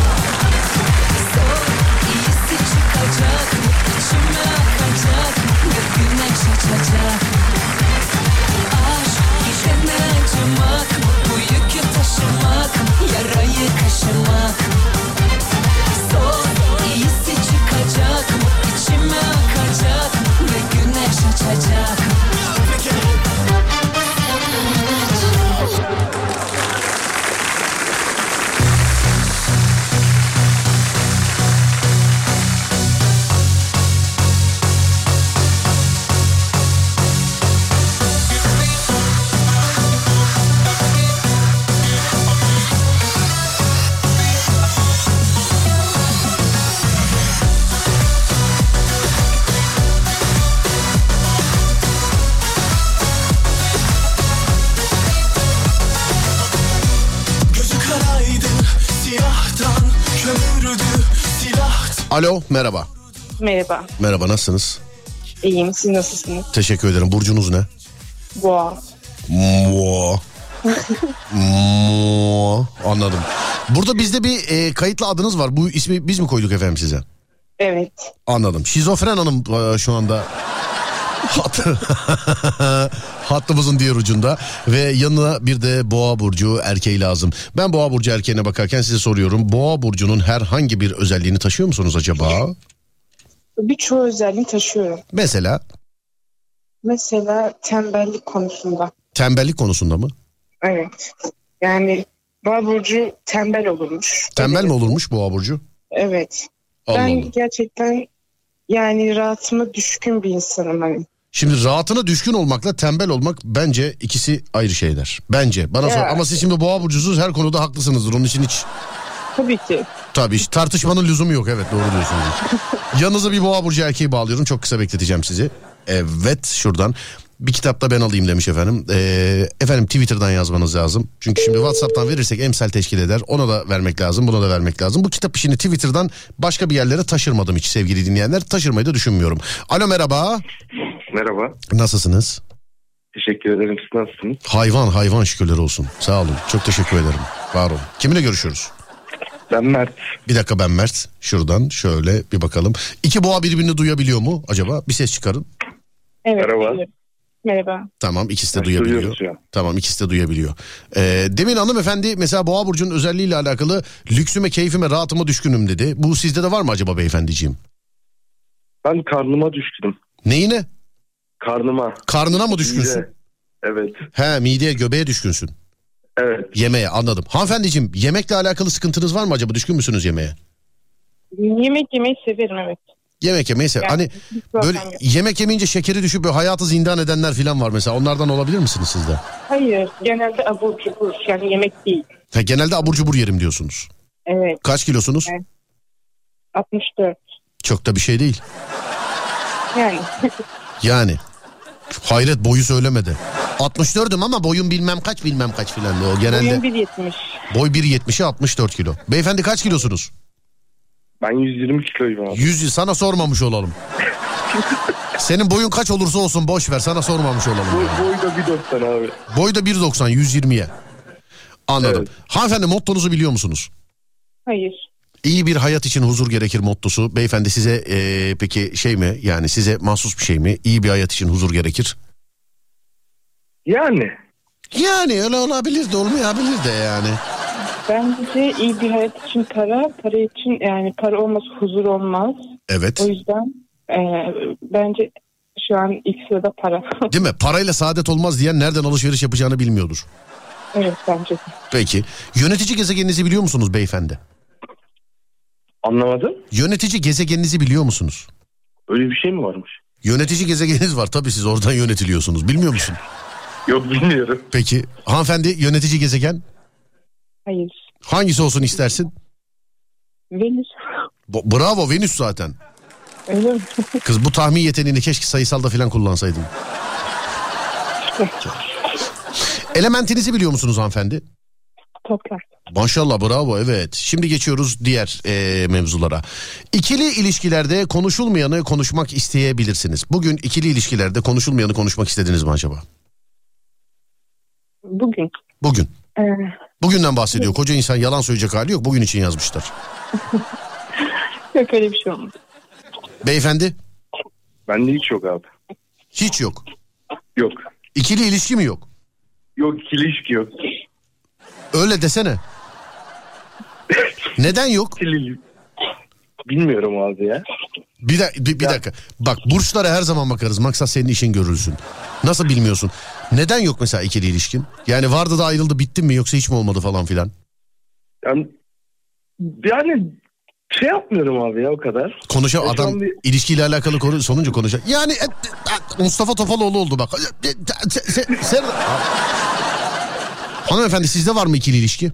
Alo, merhaba. Merhaba. Merhaba, nasılsınız? İyiyim, siz nasılsınız? Teşekkür ederim. Burcunuz ne? Boğa. Boğa. Anladım. Burada bizde bir kayıtlı adınız var. Bu ismi biz mi koyduk efendim size? Evet. Anladım. Şizofren Hanım şu anda hattımızın diğer ucunda ve yanına bir de Boğa burcu erkeği lazım. Ben Boğa burcu erkeğine bakarken size soruyorum. Boğa burcunun herhangi bir özelliğini taşıyor musunuz acaba? Birçoğu özelliğini taşıyorum. Mesela tembellik konusunda. Tembellik konusunda mı? Evet. Yani Boğa burcu tembel olurmuş. Tembel mi olurmuş Boğa burcu? Evet. Allah Ben Allah. gerçekten yani rahatıma düşkün bir insanım hani. Şimdi rahatına düşkün olmakla tembel olmak bence ikisi ayrı şeyler. Bence bana sor. Ama siz şimdi Boğa burcusunuz, her konuda haklısınızdır. Onun için hiç... Tabii ki. Tabii hiç tartışmanın lüzumu yok. Evet, doğru diyorsunuz. Yanınıza bir Boğa burcu erkeği bağlıyorum. Çok kısa bekleteceğim sizi. Evet, şuradan. Bir kitapta ben alayım demiş efendim. Efendim Twitter'dan yazmanız lazım. Çünkü şimdi WhatsApp'tan verirsek emsal teşkil eder. Ona da vermek lazım, buna da vermek lazım. Bu kitap işini Twitter'dan başka bir yerlere taşırmadım hiç sevgili dinleyenler. Taşırmayı da düşünmüyorum. Alo, merhaba. Merhaba. Nasılsınız? Teşekkür ederim. Siz nasılsınız? Hayvan şükürler olsun. Sağ olun. Çok teşekkür ederim. Var olun. Kiminle görüşüyoruz? Ben Mert. Bir dakika, ben Mert. Şuradan şöyle bir bakalım. İki boğa birbirini duyabiliyor mu acaba? Bir ses çıkarın. Evet. Merhaba. Merhaba. Tamam, ikisi de duyabiliyor. Tamam, ikisi de duyabiliyor. Demin hanımefendi mesela Boğa burcunun özelliğiyle alakalı lüksüme, keyfime, rahatıma düşkünüm dedi. Bu sizde de var mı acaba beyefendiciğim? Ben karnıma düşkünüm. Neyine? Karnıma. Karnına mı düşkünsün? Mide. Evet. He, mideye, göbeğe düşkünsün. Evet. Yemeğe, anladım. Hanımefendiciğim, yemekle alakalı sıkıntınız var mı acaba? Düşkün müsünüz yemeğe? Yemek yemeyi severim, evet. Yemek yemeyi sev. Yani, hani böyle yemek yemeyince şekeri düşüp böyle hayatı zindan edenler falan var mesela. Onlardan olabilir misiniz siz de? Hayır, genelde abur cubur, yani yemek değil. Ha, genelde abur cubur yerim diyorsunuz. Evet. Kaç kilosunuz? Evet. 64. Çok da bir şey değil. Yani. Yani. Hayret, boyu söylemedi. 64'üm ama boyum bilmem kaç filan diyor. O genelde. Boyum 1.70. Boy 1.70'e 64 kilo. Beyefendi kaç kilosunuz? Ben 120 kiloyum abi. 100, sana sormamış olalım. Senin boyun kaç olursa olsun boş ver, sana sormamış olalım. Boy da 1.90 abi. Boy da 1.90, 120'ye. Anladım. Evet. Hanımefendi, mottonuzu biliyor musunuz? Hayır. İyi bir hayat için huzur gerekir mottosu. Beyefendi size peki şey mi, yani size mahsus bir şey mi? İyi bir hayat için huzur gerekir. Yani öyle olabilir de olmayabilir de yani. Bence iyi bir hayat için para için, yani para olmasa huzur olmaz. Evet. O yüzden bence şu an ilk sırada para. Değil mi? Parayla saadet olmaz diyen nereden alışveriş yapacağını bilmiyordur. Evet, bence de. Peki. Yönetici gezegeninizi biliyor musunuz beyefendi? anlamadım. Yönetici gezegeninizi biliyor musunuz? Öyle bir şey mi varmış? Yönetici gezegeniniz var. Tabii siz oradan yönetiliyorsunuz. Bilmiyor musun? Yok, bilmiyorum. Peki. Hanımefendi, yönetici gezegen Hayır. hangisi olsun istersin? Venüs. Bravo, Venüs zaten. Öyle mi? Kız, bu tahmin yeteneğini keşke sayısalda falan kullansaydın. Elementinizi biliyor musunuz hanımefendi? Toprak. Maşallah, bravo, evet. Şimdi geçiyoruz diğer mevzulara. İkili ilişkilerde konuşulmayanı konuşmak isteyebilirsiniz. Bugün ikili ilişkilerde konuşulmayanı konuşmak istediniz mi acaba? Bugün. Bugün. Bugünden bahsediyor. Koca insan, yalan söyleyecek hali yok. Bugün için yazmışlar. Yok, öyle bir şey olmadı. Beyefendi? Bende hiç yok abi. Hiç yok. Yok. İkili ilişki mi yok? Yok, ikili ilişki yok. Öyle desene. Neden yok? Bilmiyorum abi ya. Bir dakika. Bak, burçlara her zaman bakarız. Maksat senin işin görülsün. Nasıl bilmiyorsun? Neden yok mesela ikili ilişkin? Yani vardı da ayrıldı, bitti mi, yoksa hiç mi olmadı falan filan? Yani şey yapmıyorum abi ya, o kadar. Adam ilişkiyle alakalı konu sonunca konuşacak. Yani Mustafa Topaloğlu oldu bak. Sen... Hanımefendi, sizde var mı ikili ilişki?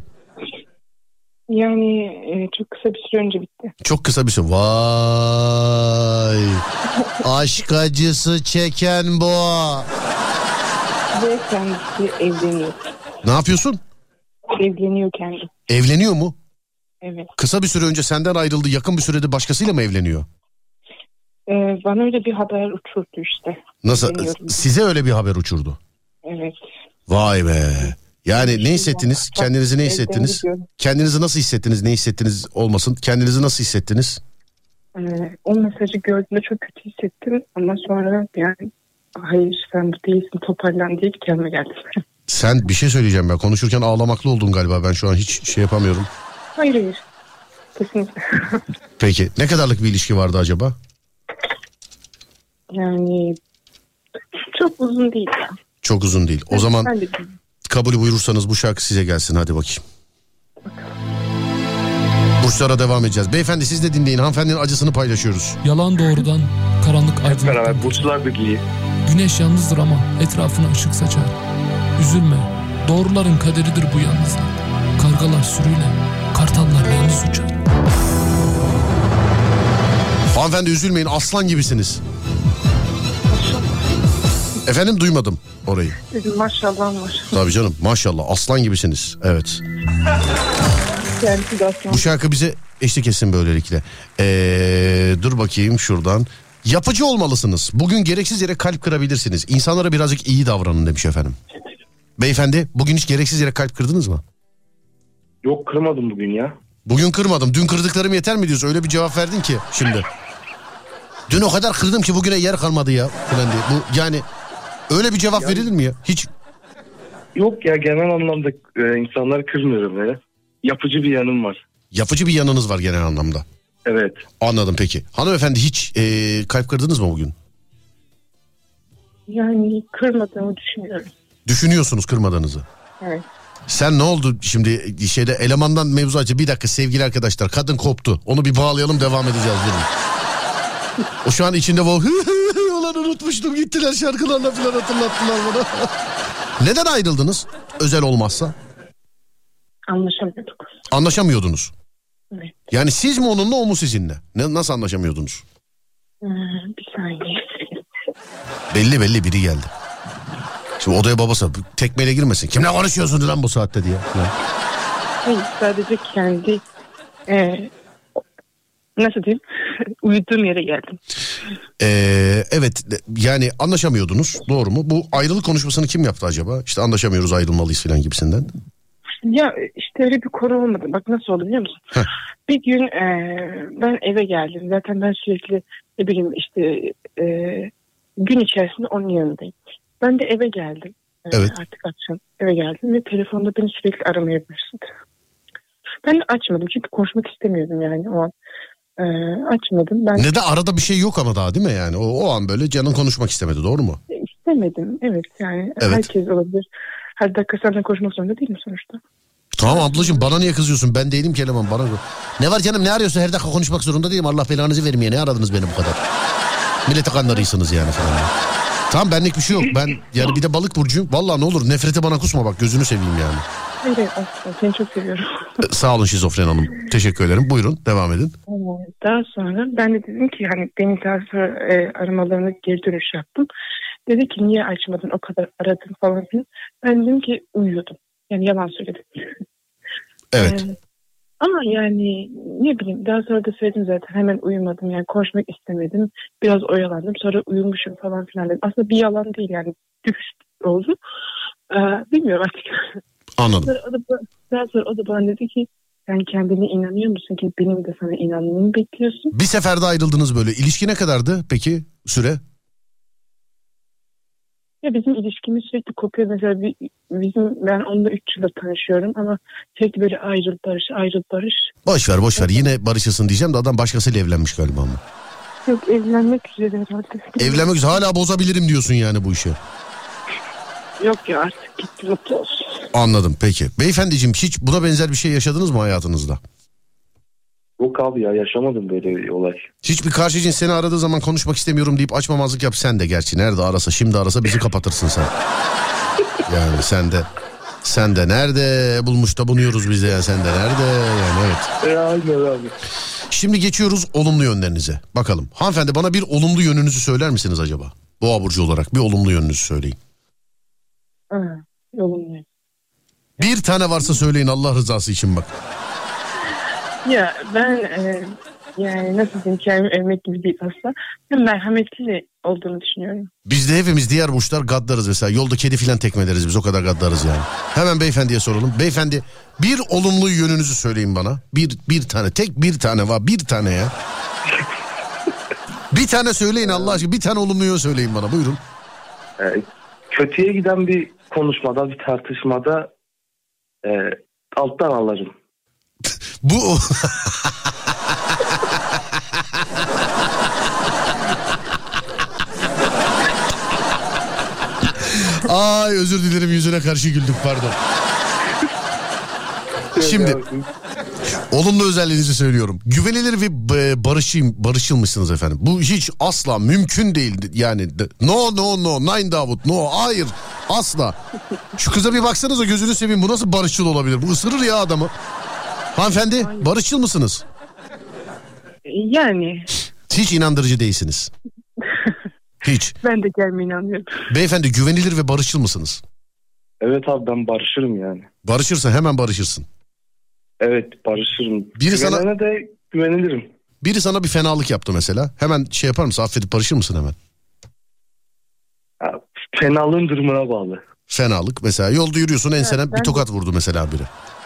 Yani çok kısa bir süre önce bitti. Çok kısa bir süre. Vay. Aşk acısı çeken boğa. Ve kendisi evleniyor. Ne yapıyorsun? Evleniyor kendi. Evleniyor mu? Evet. Kısa bir süre önce senden ayrıldı. Yakın bir sürede başkasıyla mı evleniyor? Bana öyle bir haber uçurdu işte. Nasıl? Size öyle bir haber uçurdu? Evet. Vay be. Yani ne hissettiniz? Kendinizi ne hissettiniz? Kendinizi nasıl hissettiniz? Ne hissettiniz olmasın? Kendinizi nasıl hissettiniz? O mesajı gördüğümde çok kötü hissettim ama sonra yani hayır sen bu değilsin toparlan diye kendime geldim. Sen bir şey söyleyeceğim ya, konuşurken ağlamaklı oldun galiba, ben şu an hiç şey yapamıyorum. Hayır. Kesinlikle. Peki ne kadarlık bir ilişki vardı acaba? Yani çok uzun değil ya. Çok uzun değil. O zaman kabul buyurursanız bu şarkı size gelsin, hadi bakayım. Burçlara devam edeceğiz. Beyefendi siz de dinleyin, hanımefendinin acısını paylaşıyoruz. Yalan doğrudan, karanlık aydınlıktan. Beraber burçlar birliği. Güneş yalnızdır ama etrafına ışık saçar. Üzülme, doğruların kaderidir bu yalnızlık. Kargalar sürüyle, kartallar yalnız uçar. Hanımefendi üzülmeyin, aslan gibisiniz. Efendim duymadım orayı. Maşallah. Tabii canım, maşallah aslan gibisiniz. Evet. Bu şarkı bize eşlik etsin böylelikle. Dur bakayım şuradan. Yapıcı olmalısınız. Bugün gereksiz yere kalp kırabilirsiniz. İnsanlara birazcık iyi davranın demiş efendim. Beyefendi bugün hiç gereksiz yere kalp kırdınız mı? Yok, kırmadım bugün ya. Bugün kırmadım. Dün kırdıklarım yeter mi diyorsun? Öyle bir cevap verdin ki şimdi. Dün o kadar kırdım ki bugüne yer kalmadı ya falan diye. Bu yani öyle bir cevap verilir mi ya? Hiç. Yok ya, genel anlamda insanları kırmıyorum böyle. Yapıcı bir yanım var. Yapıcı bir yanınız var genel anlamda. Evet. Anladım peki. Hanımefendi hiç kalp kırdınız mı bugün? Yani kırmadığımı düşünüyorum. Düşünüyorsunuz kırmadığınızı. Evet. Sen ne oldu şimdi şeyde elemandan mevzu açı. Bir dakika sevgili arkadaşlar, kadın koptu. Onu bir bağlayalım, devam edeceğiz. Durun. O şu an içinde bu ulan unutmuştum, gittiler şarkılarla falan hatırlattılar bana. Neden ayrıldınız? Özel olmazsa. Anlaşamıyorduk. Anlaşamıyordunuz. Evet. Yani siz mi onunla, o mu sizinle? Nasıl anlaşamıyordunuz? Bir saniye. Belli biri geldi. Şimdi odaya babası tekmeyle girmesin. Kimle konuşuyorsunuz lan bu saatte diye. Hayır, sadece kendi nasıl diyeyim uyuduğum yere geldim. Evet yani anlaşamıyordunuz, doğru mu? Bu ayrılık konuşmasını kim yaptı acaba? İşte anlaşamıyoruz, ayrılmalıyız falan gibisinden. Ya işte öyle bir konu olmadı. Bak nasıl oldu biliyor musun? Heh. Bir gün ben eve geldim. Zaten ben sürekli ne bileyim işte gün içerisinde onun yanındayım. Ben de eve geldim. Evet. Artık akşam eve geldim ve telefonda beni sürekli aramaya başladı. Ben de açmadım çünkü konuşmak istemiyordum yani o an. Açmadım. Ben Ne de arada bir şey yok ama daha değil mi yani? O an böyle canın konuşmak istemedi, doğru mu? İstemedim evet yani evet. Herkes olabilir. Her dakika seninle konuşmak zorunda değil mi sonuçta? Tamam ablacığım, bana niye kızıyorsun? Ben değilim ki eleman, bana. Ne var canım, ne arıyorsun? Her dakika konuşmak zorunda değilim. Allah belanızı vermeye ne aradınız beni bu kadar? Millete kanlarıysınız yani falan. Tamam, benlik bir şey yok. Ben yani bir de balık burcuyum. Vallahi ne olur nefrete bana kusma bak, gözünü seveyim yani. Hayır aslında seni çok seviyorum. Sağ olun Şizofren Hanım. Teşekkür ederim. Buyurun devam edin. Daha sonra ben de dedim ki hani beni daha sonra aramalarına geri dönüş yaptım. Dedi ki niye açmadın, o kadar aradın falan filan. Ben dedim ki uyuyordum. Yani yalan söyledim. Evet. Ama yani ne bileyim daha sonra da söyledim zaten, hemen uyumadım yani konuşmak istemedim. Biraz oyalandım, sonra uyumuşum falan filan dedim. Aslında bir yalan değil yani, dürüst oldu. Bilmiyorum artık. Anladım. Daha sonra o da bana dedi ki sen kendine inanıyor musun ki benim de sana inanmamı bekliyorsun? Bir seferde ayrıldınız böyle. İlişki ne kadardı peki süre? Ya bizim ilişkimiz sürekli kopuyor. Mesela ben onunla 3 yıldır tanışıyorum ama sürekli böyle ayrıl barış. Boş ver. Yine barışırsın diyeceğim de adam başkasıyla evlenmiş galiba ama. Yok, evlenmek üzere herhalde. Evlenmek üzere, hala bozabilirim diyorsun yani bu işi. Yok ya, artık gitti, mutlu olsun. Anladım peki. Beyefendiciğim hiç buna benzer bir şey yaşadınız mı hayatınızda? Yok abi ya, yaşamadım böyle bir olay. Hiçbir karşı cins seni aradığı zaman konuşmak istemiyorum deyip açmamazlık yap sen de, gerçi nerede arasa, şimdi arasa bizi kapatırsın sen. Yani sen de nerede bulmuş da bunuyoruz biz de yani, sen de nerede yani, evet. Aynen abi. Şimdi geçiyoruz olumlu yönlerinize. Bakalım hanımefendi, bana bir olumlu yönünüzü söyler misiniz acaba? Boğa burcu olarak bir olumlu yönünüzü söyleyin. Olumlu. Bir tane varsa söyleyin Allah rızası için bak. Ya ben Yani nasıl diyeyim, kendimi övmek gibi değil aslında. Hem merhametli olduğunu düşünüyorum. Biz de hepimiz diğer burçlar gaddarız mesela. Yolda kedi filan tekmeleriz biz, o kadar gaddarız yani. Hemen beyefendiye soralım. Beyefendi, bir olumlu yönünüzü söyleyin bana. Bir tane, tek bir tane var, bir tane ya. Bir tane söyleyin Allah aşkına, bir tane olumlu yön söyleyin bana, buyurun. Kötüye giden bir konuşmada, bir tartışmada alttan alırım. Bu Ay özür dilerim, yüzüne karşı güldük, pardon. Şimdi olumlu özelliğinizi söylüyorum. Güvenilir ve barışçıl mısınız efendim? Bu hiç asla mümkün değil yani. No Nine Davut, no, hayır, asla. Şu kıza bir baksanıza, gözünü seveyim, bu nasıl barışçıl olabilir? Bu ısırır ya adamı. Hanımefendi, barışçıl mısınız? Yani. Hiç inandırıcı değilsiniz. Hiç. Ben de kendime inanıyorum. Beyefendi, güvenilir ve barışçıl mısınız? Evet abi, ben barışırım yani. Barışırsan hemen barışırsın. Evet, barışırım. Güvenene de güvenilirim. Biri sana bir fenalık yaptı mesela. Hemen şey yapar mısın? Affedip barışır mısın hemen? Fenalığın durumuna bağlı. Fenalık mesela, yolda yürüyorsun, ensene bir tokat vurdu mesela biri.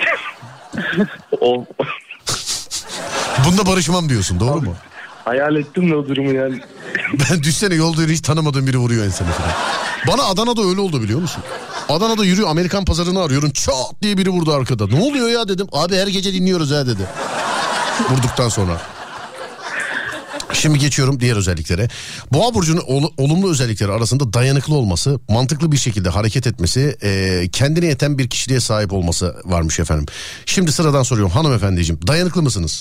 Bunda barışmam diyorsun, doğru mu? Hayal ettim de o durumu yani. Ben düşsene, yolda yürü, hiç tanımadığım biri vuruyor ensene falan. Bana Adana'da öyle oldu, biliyor musun? Adana'da yürüyor, Amerikan pazarını arıyorum, çat diye biri vurdu arkada. Ne oluyor ya dedim. Abi her gece dinliyoruz ha dedi. Vurduktan sonra. Şimdi geçiyorum diğer özelliklere. Boğa burcunun olumlu özellikleri arasında dayanıklı olması, mantıklı bir şekilde hareket etmesi, kendine yeten bir kişiliğe sahip olması varmış efendim. Şimdi sıradan soruyorum hanımefendiciğim, dayanıklı mısınız?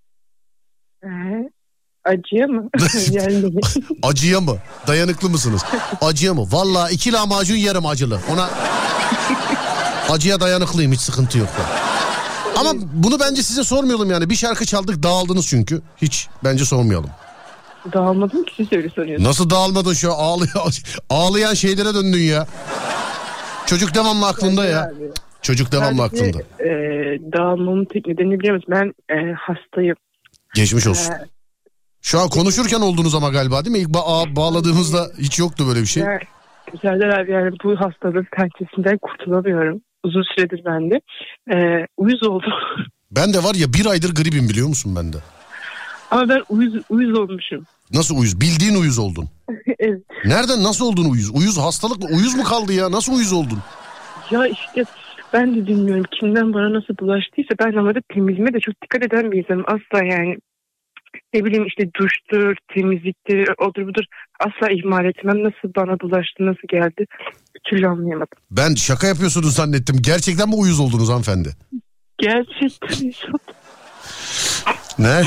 Acıya mı? Acıya mı? Dayanıklı mısınız? Acıya mı? Vallahi 2 lahmacun yerim acılı. Ona acıya dayanıklıyım, hiç sıkıntı yok. Ama bunu bence size sormayalım yani. Bir şarkı çaldık, dağıldınız çünkü. Hiç bence sormayalım. Dağılmadım ki, siz öyle soruyorsunuz. Nasıl dağılmadın şu an? Ağlayan şeylere döndün ya. Çocuk devamlı aklında ya. Abi. Çocuk devamlı aklında. Dağılmamın tek nedeni biliyor musun? Ben hastayım. Geçmiş olsun. Şu an konuşurken oldunuz ama galiba, değil mi? İlk bağladığımızda hiç yoktu böyle bir şey. Serdar abi, yani bu hastalığın pençesinden kurtulamıyorum. Uzun süredir bende. Uyuz oldum. Ben de var ya, 1 aydır gripim, biliyor musun ben de. Ama ben uyuz olmuşum. Nasıl uyuz? Bildiğin uyuz oldun. Evet. Nereden, nasıl oldun uyuz? Uyuz hastalık mı? Uyuz mu kaldı ya? Nasıl uyuz oldun? Ya işte ben de bilmiyorum kimden bana nasıl bulaştıysa. Ben normalde temizliğime de çok dikkat eden bir insanım. Asla yani ne bileyim işte duştur, temizliktir, odur budur asla ihmal etmem. Nasıl bana bulaştı, nasıl geldi bir türlü anlayamadım. Ben şaka yapıyorsunuz zannettim. Gerçekten mi uyuz oldunuz hanımefendi? Gerçekten uyuz oldum. Ne?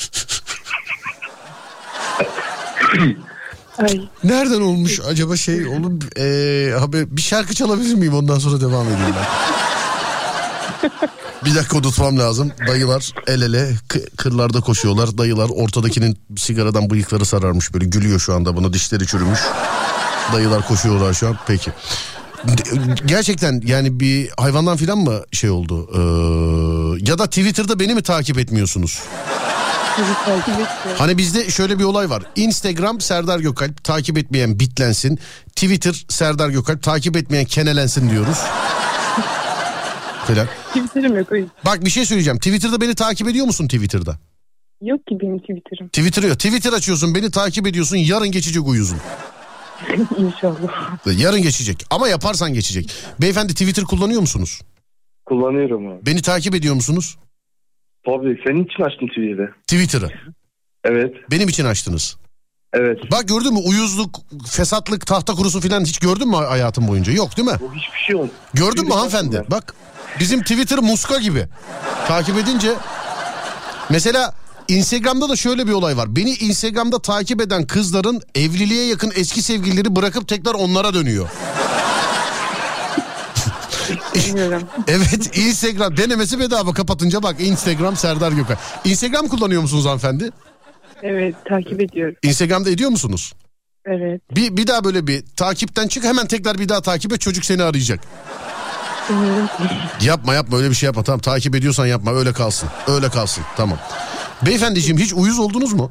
Ay. Nereden olmuş acaba şey oğlum, haber, bir şarkı çalabilir miyim, ondan sonra devam edeyim ben. Bir dakika unutmam lazım. Dayılar el ele kırlarda koşuyorlar. Dayılar, ortadakinin sigaradan bıyıkları sararmış, böyle gülüyor şu anda buna, dişleri çürümüş. Dayılar koşuyorlar şu an. Peki. Gerçekten yani bir hayvandan filan mı şey oldu? Ya da Twitter'da beni mi takip etmiyorsunuz? Hani bizde şöyle bir olay var. Instagram Serdar Gökalp, takip etmeyen bitlensin. Twitter Serdar Gökalp, takip etmeyen kenelensin diyoruz. Falan. Twitter'ım yok o yüzden. Bak bir şey söyleyeceğim. Twitter'da beni takip ediyor musun Twitter'da? Yok ki benim Twitter'ım. Twitter açıyorsun, beni takip ediyorsun, yarın geçecek uyuzun. İnşallah. Yarın geçecek ama yaparsan geçecek. Beyefendi, Twitter kullanıyor musunuz? Kullanıyorum abi. Beni takip ediyor musunuz? Tabii, senin için açtım Twitter'ı. Evet. Benim için açtınız. Evet. Bak gördün mü, uyuzluk, fesatlık, tahta kurusu filan hiç gördün mü hayatın boyunca? Yok değil mi? O hiçbir şey yok. Gördün mü hanımefendi? Bak bizim Twitter muska gibi. Takip edince mesela Instagram'da da şöyle bir olay var. Beni Instagram'da takip eden kızların evliliğe yakın eski sevgilileri bırakıp tekrar onlara dönüyor. Evet, Instagram denemesi bedava, kapatınca bak Instagram Serdar Gökay. Instagram kullanıyor musunuz hanımefendi? Evet, takip ediyorum. Instagram'da ediyor musunuz? Evet. Bir daha böyle bir takipten çık, hemen tekrar bir daha takip et, çocuk seni arayacak. Yapma öyle bir şey yapma, tamam, takip ediyorsan yapma, öyle kalsın tamam. Beyefendiciğim hiç uyuz oldunuz mu?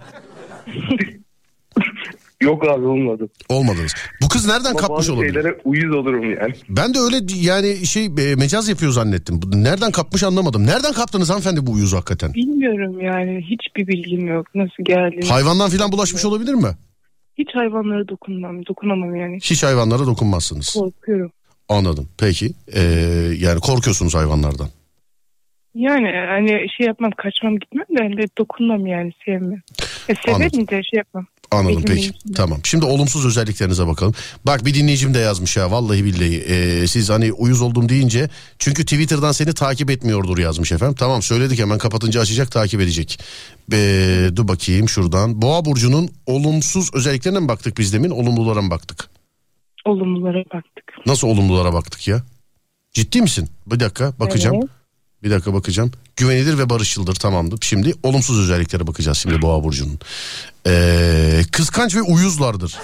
Yok abi, olmadı. Olmadınız. Bu kız nereden Ama kapmış bazı olabilir? şeylere uyuz olurum yani. Ben de öyle yani mecaz yapıyor zannettim. Nereden kapmış anlamadım. Nereden kaptınız hanımefendi bu uyuzu hakikaten? Bilmiyorum yani, hiçbir bilgim yok nasıl geldi. Hayvandan filan bulaşmış olabilir mi? Hiç hayvanlara dokunamam yani. Hiç hayvanlara dokunmazsınız. Korkuyorum. Anladım. Peki. Yani korkuyorsunuz hayvanlardan. Yani hani şey yapmam, kaçmam gitmem de dokunmam yani, sevmem. Severim de şey yapmam. Anladım, Benim peki. Tamam. Şimdi olumsuz özelliklerinize bakalım. Bak bir dinleyicim de yazmış ya, vallahi billahi. Siz hani uyuz oldum deyince, çünkü Twitter'dan seni takip etmiyordur yazmış efendim. Tamam, söyledik, hemen kapatınca açacak, takip edecek. Dur bakayım şuradan. Boğa burcunun olumsuz özelliklerine mi baktık biz demin, olumlulara mı baktık? Olumlulara baktık. Nasıl olumlulara baktık ya? Ciddi misin? Bir dakika bakacağım. Evet. Bir dakika bakacağım. Güvenilir ve barışçıldır, tamamdır. Şimdi olumsuz özelliklere bakacağız şimdi Boğa burcunun. Kıskanç ve uyuzlardır.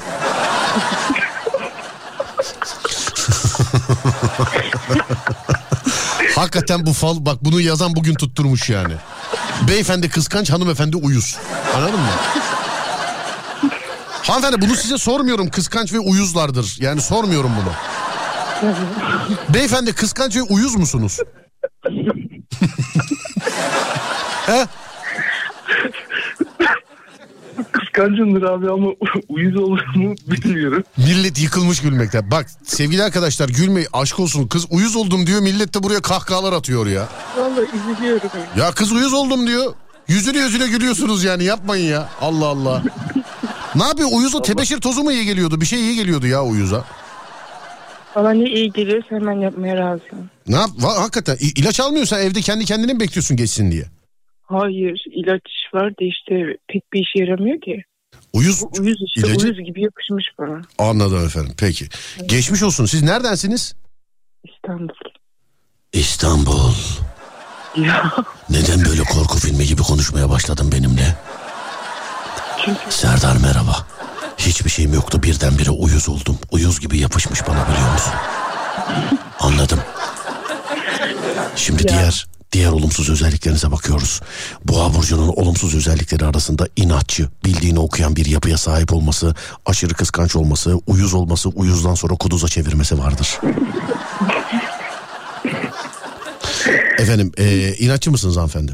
Hakikaten bu fal, bak bunu yazan bugün tutturmuş yani. Beyefendi kıskanç, hanımefendi uyuz. Anladın mı? Hanımefendi bunu size sormuyorum, kıskanç ve uyuzlardır. Yani sormuyorum bunu. Beyefendi kıskanç ve uyuz musunuz? He? Kıskancımdır abi ama uyuz olur mu bilmiyorum. Millet yıkılmış gülmekten. Bak sevgili arkadaşlar, gülmeyin, aşk olsun. Kız uyuz oldum diyor, millet de buraya kahkahalar atıyor ya. Vallahi üzülüyorum. Ya kız uyuz oldum diyor. Yüzüne gülüyorsunuz yani, yapmayın ya. Allah Allah. Ne yapıyor uyuza? Tebeşir tozu mu iyi geliyordu? Bir şey iyi geliyordu ya uyuza. Bana ne iyi geliyorsa hemen yapmaya razıyım. Ne yap? Hakikaten ilaç almıyorsan evde kendi kendine mi bekliyorsun geçsin diye? Hayır, ilaç var da işte pek bir işe yaramıyor ki. Uyuz işte ilacı... uyuz gibi yapışmış bana. Anladım efendim, peki. Evet. Geçmiş olsun. Siz neredensiniz? İstanbul. İstanbul. Ya. Neden böyle korku filmi gibi konuşmaya başladın benimle? Çünkü... Serdar merhaba. Hiçbir şeyim yoktu, birdenbire uyuz oldum. Uyuz gibi yapışmış bana, biliyor musun? Anladım. Şimdi diğer olumsuz özelliklerinize bakıyoruz. Boğa burcunun olumsuz özellikleri arasında inatçı, bildiğini okuyan bir yapıya sahip olması, aşırı kıskanç olması, uyuz olması, uyuzdan sonra kuduza çevirmesi vardır. Efendim inatçı mısınız hanımefendi?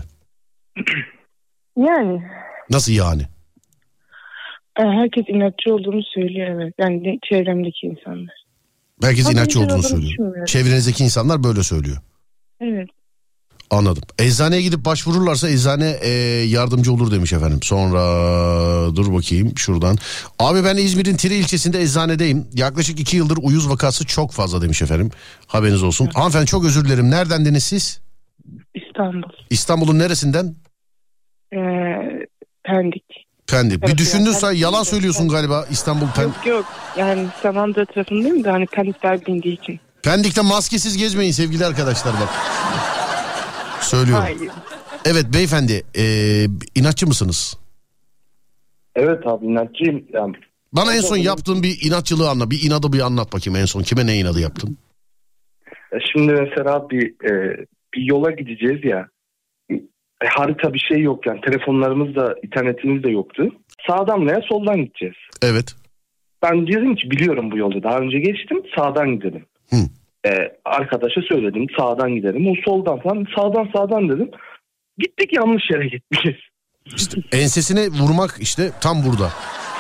Yani. Nasıl yani? Herkes inatçı olduğunu söylüyor, evet. Yani çevremdeki insanlar. Herkes inatçı olduğunu söylüyor. Çevrenizdeki insanlar böyle söylüyor. Evet. Anladım. Eczaneye gidip başvururlarsa eczane yardımcı olur demiş efendim. Sonra dur bakayım şuradan. Abi ben İzmir'in Tire ilçesinde eczanedeyim. Yaklaşık 2 yıldır uyuz vakası çok fazla demiş efendim. Haberiniz olsun. Evet. Hanımefendi çok özür dilerim. Neredendiniz siz? İstanbul. İstanbul'un neresinden? Pendik. Pendik. Bir düşündünse yalan söylüyorsun galiba İstanbul Pendik. Yok yani Samandıra tarafındayım da hani Pendikler bindiği için. Pendik'te maskesiz gezmeyin sevgili arkadaşlar bak. Söylüyorum. Hayır. Evet beyefendi inatçı mısınız? Evet abi, inatçıyım. Yani, bana en son yaptığın bir inatçılığı anla. Bir inadı bir anlat bakayım en son. Kime ne inadı yaptın? Şimdi mesela bir yola gideceğiz ya. Harita bir şey yok yani. Telefonlarımız da internetimiz de yoktu. Sağdan veya soldan gideceğiz. Evet. Ben dedim ki biliyorum bu yolu. Daha önce geçtim, sağdan gidelim. Arkadaşa söyledim sağdan gidelim. O soldan falan, sağdan dedim. Gittik, yanlış yere gitmişiz. İşte ensesine vurmak işte tam burada.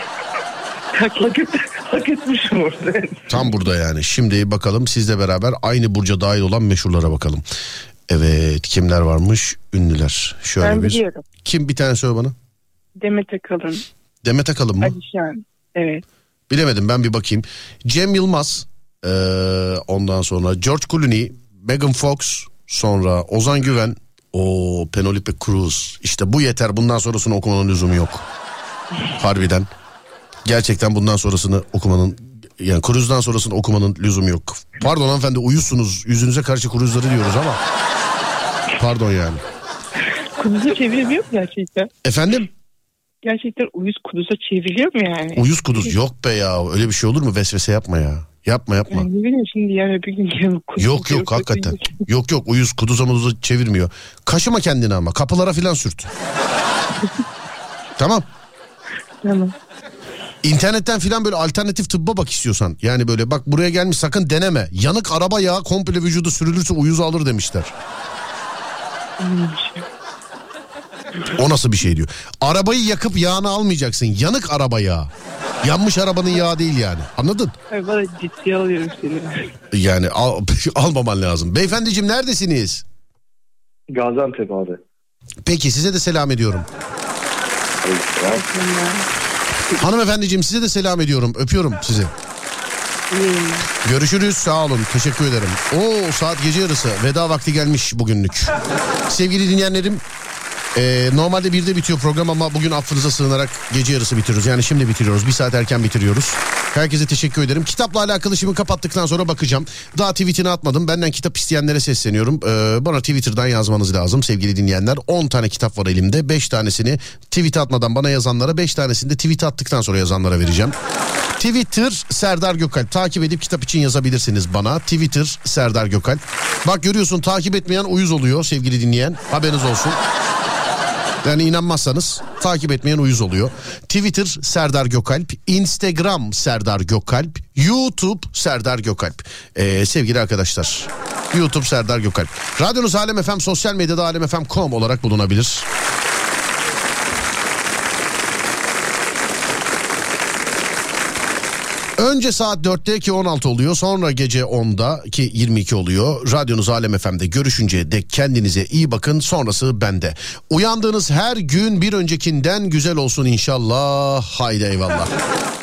Hak etmişim orada. Tam burada yani. Şimdi bakalım sizle beraber aynı burca dahil olan meşhurlara bakalım. Evet, kimler varmış? Ünlüler. Şöyle ben biliyorum. Kim, bir tane söyle bana. Demet Akalın. Demet Akalın mı? Alişan. Evet. Bilemedim, ben bir bakayım. Cem Yılmaz. Ondan sonra George Clooney, Megan Fox, sonra Ozan Güven, Penelope Cruz. İşte bu yeter, bundan sonrasını okumanın lüzumu yok. Harbiden. Gerçekten bundan sonrasını okumanın, yani Cruz'dan sonrasını okumanın lüzumu yok. Pardon hanımefendi, uyuzsunuz. Yüzünüze karşı Cruz'ları diyoruz ama. Pardon yani. Kuduza çevriliyor mu gerçekten? Efendim? Gerçekten uyuz kuduza çevriliyor mu yani? Uyuz kuduz yok be ya. Öyle bir şey olur mu? Vesvese yapma ya. Yapma. Yani ne bileyim şimdi yani bir gün Yok hakikaten. Yok uyuz kuduza muduza çevirmiyor. Kaşıma kendini ama. Kapılara filan sürt. Tamam. Tamam. İnternetten filan böyle alternatif tıbba bak istiyorsan. Yani böyle bak buraya gelmiş sakın deneme. Yanık araba yağı komple vücudu sürülürse uyuz alır demişler. O nasıl bir şey diyor. Arabayı yakıp yağını almayacaksın. Yanık araba yağı. Yanmış arabanın yağı değil yani. Anladın? Ay bana ciddiye alıyorum seni. Yani almaman lazım. Beyefendiciğim neredesiniz? Gaziantep abi. Peki size de selam ediyorum. Hanımefendiciğim size de selam ediyorum. Öpüyorum sizi. Görüşürüz, sağ olun, teşekkür ederim. Oo, saat gece yarısı, veda vakti gelmiş bugünlük. Sevgili dinleyenlerim, normalde 1'de bitiyor program ama bugün affınıza sığınarak gece yarısı bitiriyoruz. Yani şimdi bitiriyoruz, 1 saat erken bitiriyoruz. Herkese teşekkür ederim. Kitapla alakalı şimdi kapattıktan sonra bakacağım. Daha tweetini atmadım. Benden kitap isteyenlere sesleniyorum. Bana Twitter'dan yazmanız lazım sevgili dinleyenler. 10 tane kitap var elimde. 5 tanesini tweet atmadan bana yazanlara, 5 tanesini de tweet attıktan sonra yazanlara vereceğim. Twitter Serdar Gökalp. Takip edip kitap için yazabilirsiniz bana. Twitter Serdar Gökalp. Bak görüyorsun, takip etmeyen uyuz oluyor sevgili dinleyen. Haberiniz olsun. Yani inanmazsanız takip etmeyen uyuz oluyor. Twitter Serdar Gökalp, Instagram Serdar Gökalp, YouTube Serdar Gökalp. Sevgili arkadaşlar, YouTube Serdar Gökalp. Radyonuz Alem FM, sosyal medyada alemfm.com olarak bulunabilir. Önce saat 4'te ki 16 oluyor, sonra gece 10'da ki 22 oluyor. Radyonuz Alem FM'de görüşünceye dek kendinize iyi bakın, sonrası bende. Uyandığınız her gün bir öncekinden güzel olsun inşallah. Haydi eyvallah.